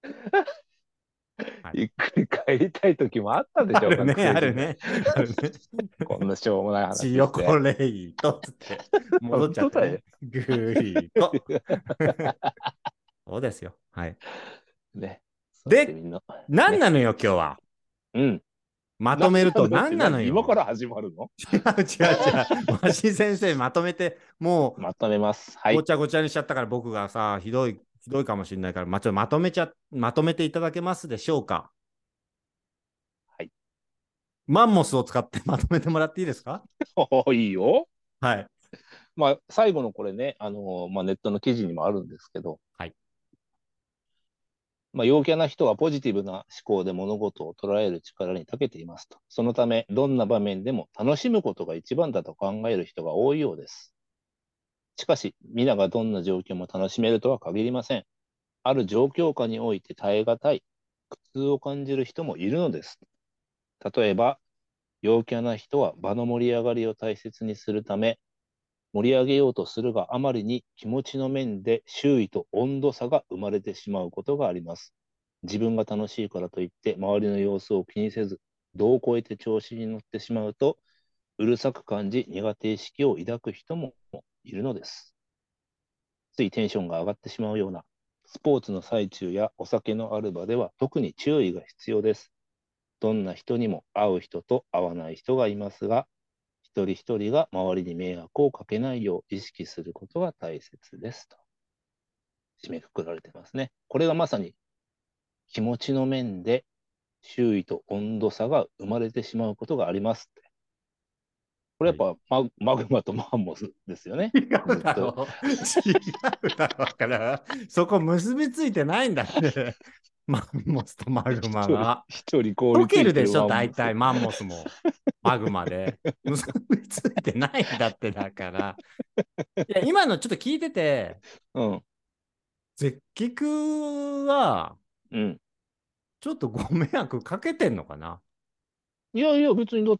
Speaker 1: はい、
Speaker 2: ゆっくり帰りたい時もあったでしょう、
Speaker 1: あるね、
Speaker 2: 学生時代。
Speaker 1: あるね。あるね。
Speaker 2: こんなしょうもない話
Speaker 1: チヨコ
Speaker 2: して。
Speaker 1: レイトっつって戻っ
Speaker 2: 本当だよ。
Speaker 1: ちゃってね。グリコ。そうですよ。はい。
Speaker 2: ね。そうやって
Speaker 1: で、
Speaker 2: みんな、ね。
Speaker 1: 何なのよ、今日は。
Speaker 2: うん。
Speaker 1: まと
Speaker 2: 何
Speaker 1: めると
Speaker 2: なのって
Speaker 1: 何なのよ。
Speaker 2: 何今から始まるの？
Speaker 1: 違う違う違う。マシ先生まとめて、も
Speaker 2: まとめます。は
Speaker 1: うご
Speaker 2: い。
Speaker 1: ちゃごちゃにしちゃったから僕がさ、ひどい、ひどいかもしれないから、ま、ちょっとまとめちゃ、まとめていただけますでしょうか。
Speaker 2: はい。
Speaker 1: マンモスを使ってまとめてもらっていいですか？
Speaker 2: おいいよ。
Speaker 1: はい。
Speaker 2: まあ、最後のこれね、あのまあ、ネットの記事にもあるんですけど、
Speaker 1: はい。
Speaker 2: まあ、陽キャな人はポジティブな思考で物事を捉える力に長けていますと。そのため、どんな場面でも楽しむことが一番だと考える人が多いようです。しかし、皆がどんな状況も楽しめるとは限りません。ある状況下において耐え難い苦痛を感じる人もいるのです。例えば、陽キャな人は場の盛り上がりを大切にするため、盛り上げようとするがあまりに気持ちの面で周囲と温度差が生まれてしまうことがあります。自分が楽しいからといって周りの様子を気にせず、度を超えて調子に乗ってしまうと、うるさく感じ苦手意識を抱く人もいるのです。ついテンションが上がってしまうようなスポーツの最中やお酒のある場では特に注意が必要です。どんな人にも会う人と会わない人がいますが、一人一人が周りに迷惑をかけないよう意識することが大切ですと締めくくられてますね。これがまさに気持ちの面で周囲と温度差が生まれてしまうことがありますって。これや
Speaker 1: はい。
Speaker 2: っぱママグマとマンモスですよね。
Speaker 1: 違う
Speaker 2: ずっと。
Speaker 1: だろう。違うだろうから、そこ結びついてないんだって。マンモスとマグマ
Speaker 2: 一人、
Speaker 1: が。
Speaker 2: 一人凍
Speaker 1: 溶
Speaker 2: りついてる
Speaker 1: けるでしょ、
Speaker 2: マンモス。
Speaker 1: 大体マンモスも。マグマで。結びついてないんだってだから。いや、今のちょっと聞いてて、
Speaker 2: うん。
Speaker 1: 絶菊は、
Speaker 2: うん。
Speaker 1: ちょっとご迷惑かけてんのかな？
Speaker 2: いやいや、別にだって、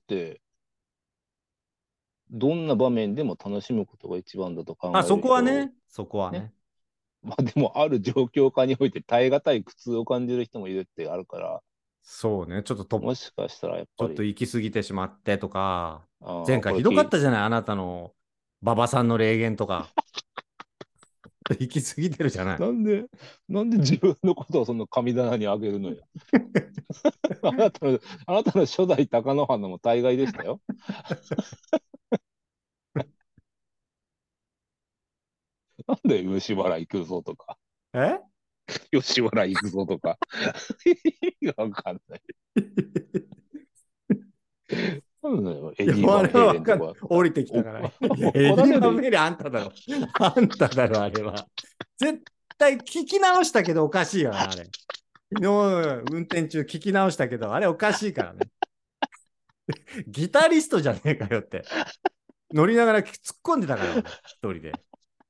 Speaker 2: どんな場面でも楽しむことが一番だと
Speaker 1: あ、
Speaker 2: 考え
Speaker 1: そ
Speaker 2: る人が多い。
Speaker 1: こはね、そこは
Speaker 2: ね。
Speaker 1: ね。
Speaker 2: まあでも、ある状況下において耐え難い苦痛を感じる人もいるってあるから、
Speaker 1: そうね、ちょっとと、
Speaker 2: もしかしたらやっ
Speaker 1: ちょっと
Speaker 2: ぱり、
Speaker 1: 行き過ぎてしまってとか、前
Speaker 2: ああ、
Speaker 1: 回ひどかっ
Speaker 2: これき、
Speaker 1: たじゃない、あなたの馬場さんの霊言とか。行き過ぎてるじゃない。
Speaker 2: なんで、なんで自分のことをその神棚にあげるのよ。あなたの、あなたの初代貴乃花も大概でしたよ。なんで吉原行くぞとか、
Speaker 1: え
Speaker 2: 吉原行くぞとか、意味がわかんない。なんだよ、エディ・
Speaker 1: いや、あれ
Speaker 2: バンヘイ
Speaker 1: はわかんない。
Speaker 2: レンとか。
Speaker 1: 降りてき
Speaker 2: お
Speaker 1: たから。いや、エディ・
Speaker 2: 怒られる。
Speaker 1: バンメリーあんただろ。あんただろ、あれは。絶対聞き直したけどおかしいよな、あれ。昨日、運転中聞き直したけど、あれおかしいからね。ギタリストじゃねえかよって。乗りながら突っ込んでたから、俺。一人で。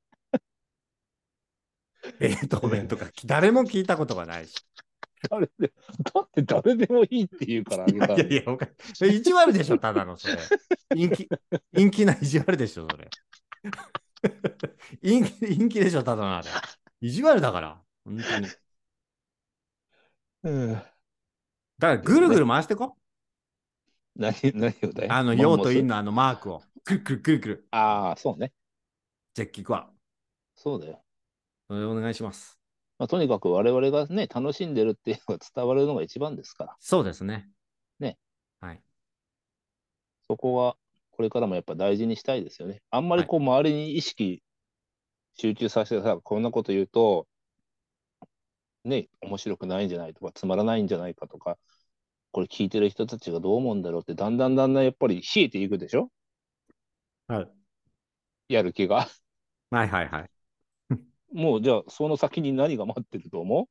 Speaker 1: ベートーベンとか誰も聞いたことがないし。
Speaker 2: 誰で、だって誰でもいいって言うからあ
Speaker 1: いや
Speaker 2: げたのに。
Speaker 1: いやいや、おか意地悪でしょ、ただのそれ。陰気、陰気な意地悪でしょ、それ。陰気、陰気でしょ、ただのあれ。意地悪だから。本当に。
Speaker 2: うん。
Speaker 1: だからぐるぐる
Speaker 2: でもね、
Speaker 1: 回してこ。
Speaker 2: 何、何をだい
Speaker 1: あの、
Speaker 2: マンモス。
Speaker 1: 陽と陰のあのマークを。くるくるくるくる。
Speaker 2: ああ、そうね。
Speaker 1: 絶キクは。
Speaker 2: そうだよ。
Speaker 1: それお願いします。
Speaker 2: まあ、とにかく我々がね、楽しんでるっていうのが伝わるのが一番ですから。
Speaker 1: そうですね。
Speaker 2: ね。
Speaker 1: はい。
Speaker 2: そこは、これからもやっぱ大事にしたいですよね。あんま
Speaker 1: はい。
Speaker 2: りこう、周りに意識集中させてさ、こんなこと言うと、ね、面白くないんじゃないとか、つまらないんじゃないかとか、これ聞いてる人たちがどう思うんだろうって、だんだんだんだんやっぱり冷えていくでしょ？
Speaker 1: はい。
Speaker 2: やる気が。
Speaker 1: はいはいはい。
Speaker 2: もうじゃあ、その先に何が待ってると思う？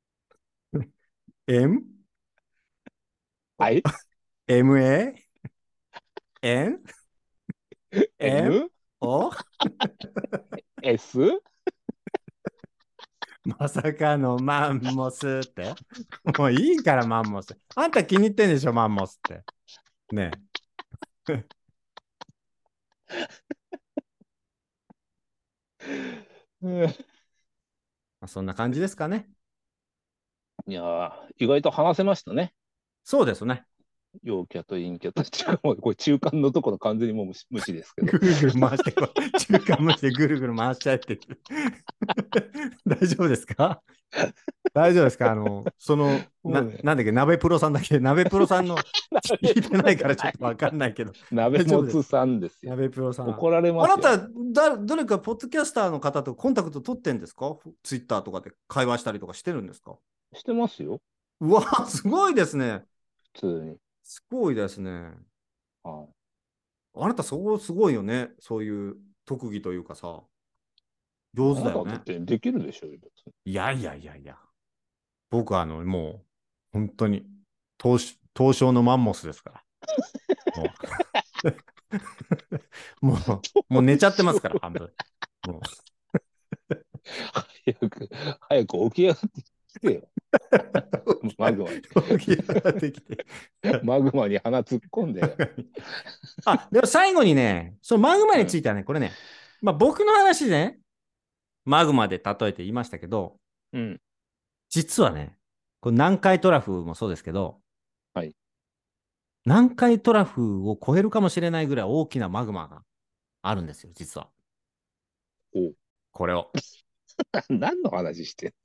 Speaker 1: M?
Speaker 2: はい。
Speaker 1: エムエー? N? M?
Speaker 2: ?M?S?
Speaker 1: O? まさかのマンモスって。もういいからマンモス。あんた気に入ってんでしょ、マンモスって。ねえ。
Speaker 2: うん。
Speaker 1: まあ、そんな感じですかね。
Speaker 2: いやー、意外と話せましたね。
Speaker 1: そうですね。
Speaker 2: 陽キャと陰キャと。っていうかもうこれ中間のところ完全にもう無視無視ですけど。
Speaker 1: ぐるぐる回してこう、中間無視でぐるぐる回しちゃえって言って大丈夫ですか？大丈夫ですか？あの、その、な、
Speaker 2: もうね、
Speaker 1: なんだっけ、鍋プロさんだっけ、鍋プロさんの聞いてないからちょっとわかん
Speaker 2: い。
Speaker 1: ないけど、
Speaker 2: 鍋
Speaker 1: 大丈夫ですか？
Speaker 2: もつさんですよ。
Speaker 1: 鍋プロさん。
Speaker 2: 怒られますよ。
Speaker 1: あなた、だ、どれかポッドキャスターの方とコンタクト取ってんですか？ツイッターとかで会話したりとかしてるんですか？
Speaker 2: してますよ。
Speaker 1: うわ、すごいですね。
Speaker 2: 普通に。
Speaker 1: すごいですね。
Speaker 2: はい。
Speaker 1: あなた、そこすごいよね。そういう特技というかさ、上
Speaker 2: あなただっ
Speaker 1: 手だよね。
Speaker 2: てできるでしょうよ、別に。
Speaker 1: いやいやいやいや。僕はあの、もう、本当に、東東証のマンモスですから。もう、もう、もう寝ちゃってますから、半分。も
Speaker 2: 早く、早く起き上がってきてよ。マグマに。
Speaker 1: う、起き上がってきて。
Speaker 2: マグマに鼻突っ込んでよ。
Speaker 1: あ、でも最後にね、そのマグマ
Speaker 2: うん。
Speaker 1: についてはね、これね、まあ僕の話でね、マグマで例えて言いましたけど、
Speaker 2: うん。
Speaker 1: 実はね、これ南海トラフもそうですけど、
Speaker 2: はい。
Speaker 1: 南海トラフを超えるかもしれないぐらい大きなマグマがあるんですよ、実は。
Speaker 2: お
Speaker 1: これを。
Speaker 2: 何の話してん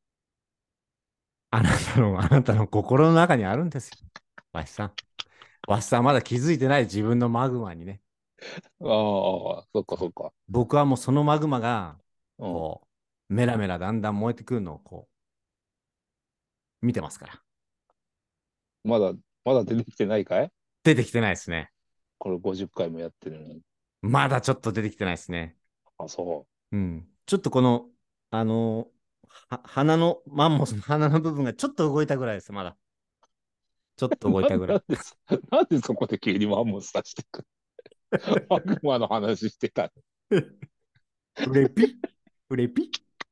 Speaker 1: あなたの、あなたの心の中にあるんですよ。わしさん。わしさんまだ気づいてない自分のマグマにね。
Speaker 2: の？ああ、そっか
Speaker 1: そう、
Speaker 2: そっか。
Speaker 1: 僕はもうそのマグマが、
Speaker 2: うん。
Speaker 1: こう、メラメラだんだん燃えてくるのをこう、見てますから。
Speaker 2: まだ、まだ出てきてないかい？
Speaker 1: 出てきてないですね。
Speaker 2: これごじゅっかいもやってるのに。
Speaker 1: まだちょっと出てきてないですね。
Speaker 2: あ、そ
Speaker 1: うん。ちょっとこの、あのは鼻の、マンモスの鼻の部分がちょっと動いたぐらいです、まだ。ちょっと
Speaker 2: う。な、
Speaker 1: 動いたぐらい。
Speaker 2: なんでそ、なんでそこで急にマンモスさしてくる？マグマの話してた
Speaker 1: フレピフレピ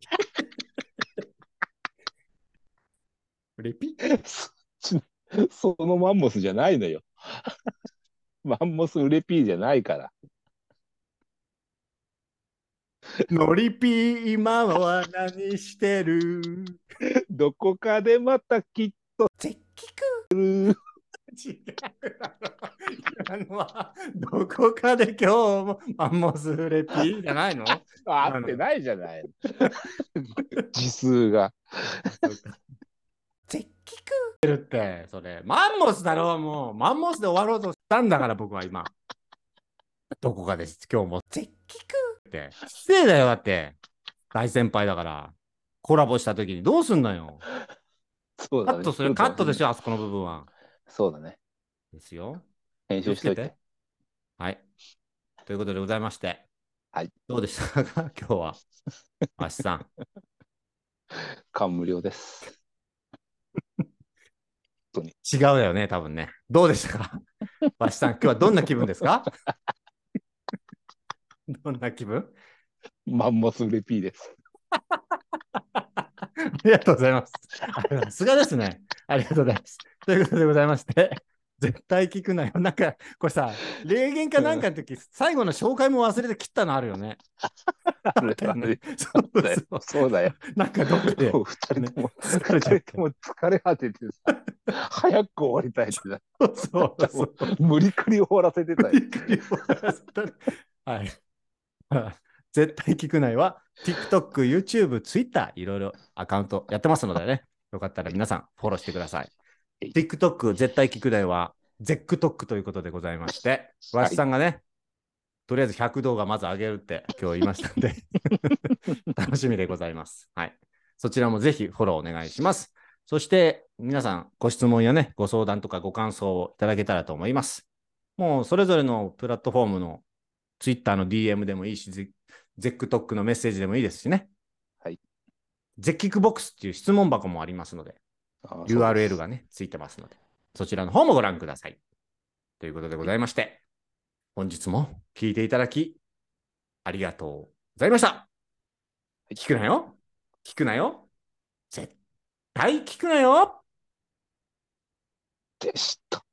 Speaker 1: フレピ
Speaker 2: の。そそのマンモスじゃないのよ。マンモスウレピーじゃないから。
Speaker 1: ノリピー今は何してる？
Speaker 2: どこかでまたきっ
Speaker 1: 絶キク
Speaker 2: とる。
Speaker 1: 違うだろ。今のは、どこかで今日もマンモスフレピーじゃないの？今の。
Speaker 2: 合ってないじゃない。字数が。
Speaker 1: そうか。絶キクってるって、それ。マンモスだろ、もう。マンモスで終わろうとしたんだから、僕は今。どこかです、今日も。絶キクって。失礼だよ、だって。大先輩だから。コラボした時にどうすんのよ。
Speaker 2: そうだね。
Speaker 1: カットする、
Speaker 2: そうかもしれない。
Speaker 1: カットでしょ、あそこの部分は。
Speaker 2: そうだね。
Speaker 1: ですよ。
Speaker 2: 編
Speaker 1: 気をつけて。
Speaker 2: 集しといて。
Speaker 1: はい。ということでございまして。
Speaker 2: はい。
Speaker 1: どうでしたか今日は。あしさん。
Speaker 2: 感無量です。本当に。
Speaker 1: 違うよね、多分ね。どうでしたかわしさん、今日はどんな気分ですか？どんな気分？
Speaker 2: マンモスウレピーです。
Speaker 1: ありがとうございます。さすがですね。ありがとうございます。ということでございまして、絶対聞くなよ。なんか、これさ、霊言かなんかの時、最後の紹介も忘れて切ったのあるよね。
Speaker 2: あ
Speaker 1: あっ
Speaker 2: れあれ、
Speaker 1: たよね。そう
Speaker 2: だよ。
Speaker 1: そう。
Speaker 2: そうだよ。
Speaker 1: なんかどっかで、
Speaker 2: もう二人
Speaker 1: ね、
Speaker 2: とも、
Speaker 1: 疲れちゃって。
Speaker 2: 二人とも疲れ果ててさ、早く終わりたいってさ、
Speaker 1: そうそう
Speaker 2: も
Speaker 1: そう。
Speaker 2: う無理くり終わらせてたよ。
Speaker 1: びっくり終わらせたね。はい。絶対聞くないは TikTok、YouTube、Twitter、いろいろアカウントやってますのでね。よかったら皆さんフォローしてください。TikTok 絶対聞くないは ゼックトック ということでございまして、わ
Speaker 2: はい。
Speaker 1: しさんがね、とりあえずひゃく動画まず上げるって今日言いましたんで楽しみでございます。はい。そちらもぜひフォローお願いします。そして皆さんご質問やね、ご相談とかご感想をいただけたらと思います。もうそれぞれのプラットフォームの Twitter の ディーエム でもいいし、ゼックトックのメッセージでもいいですしね。
Speaker 2: はい。
Speaker 1: ゼッキックボックスっていう質問箱もありますので、
Speaker 2: ああ、そうで
Speaker 1: ユーアールエル
Speaker 2: す。
Speaker 1: がね、ついてますので、そちらの方もご覧ください。ということでご
Speaker 2: はい。
Speaker 1: ざいまして、本日も聞いていただき、ありがとうございました。
Speaker 2: はい
Speaker 1: 聞くなよ。聞くなよ。絶対聞くなよ。
Speaker 2: でした。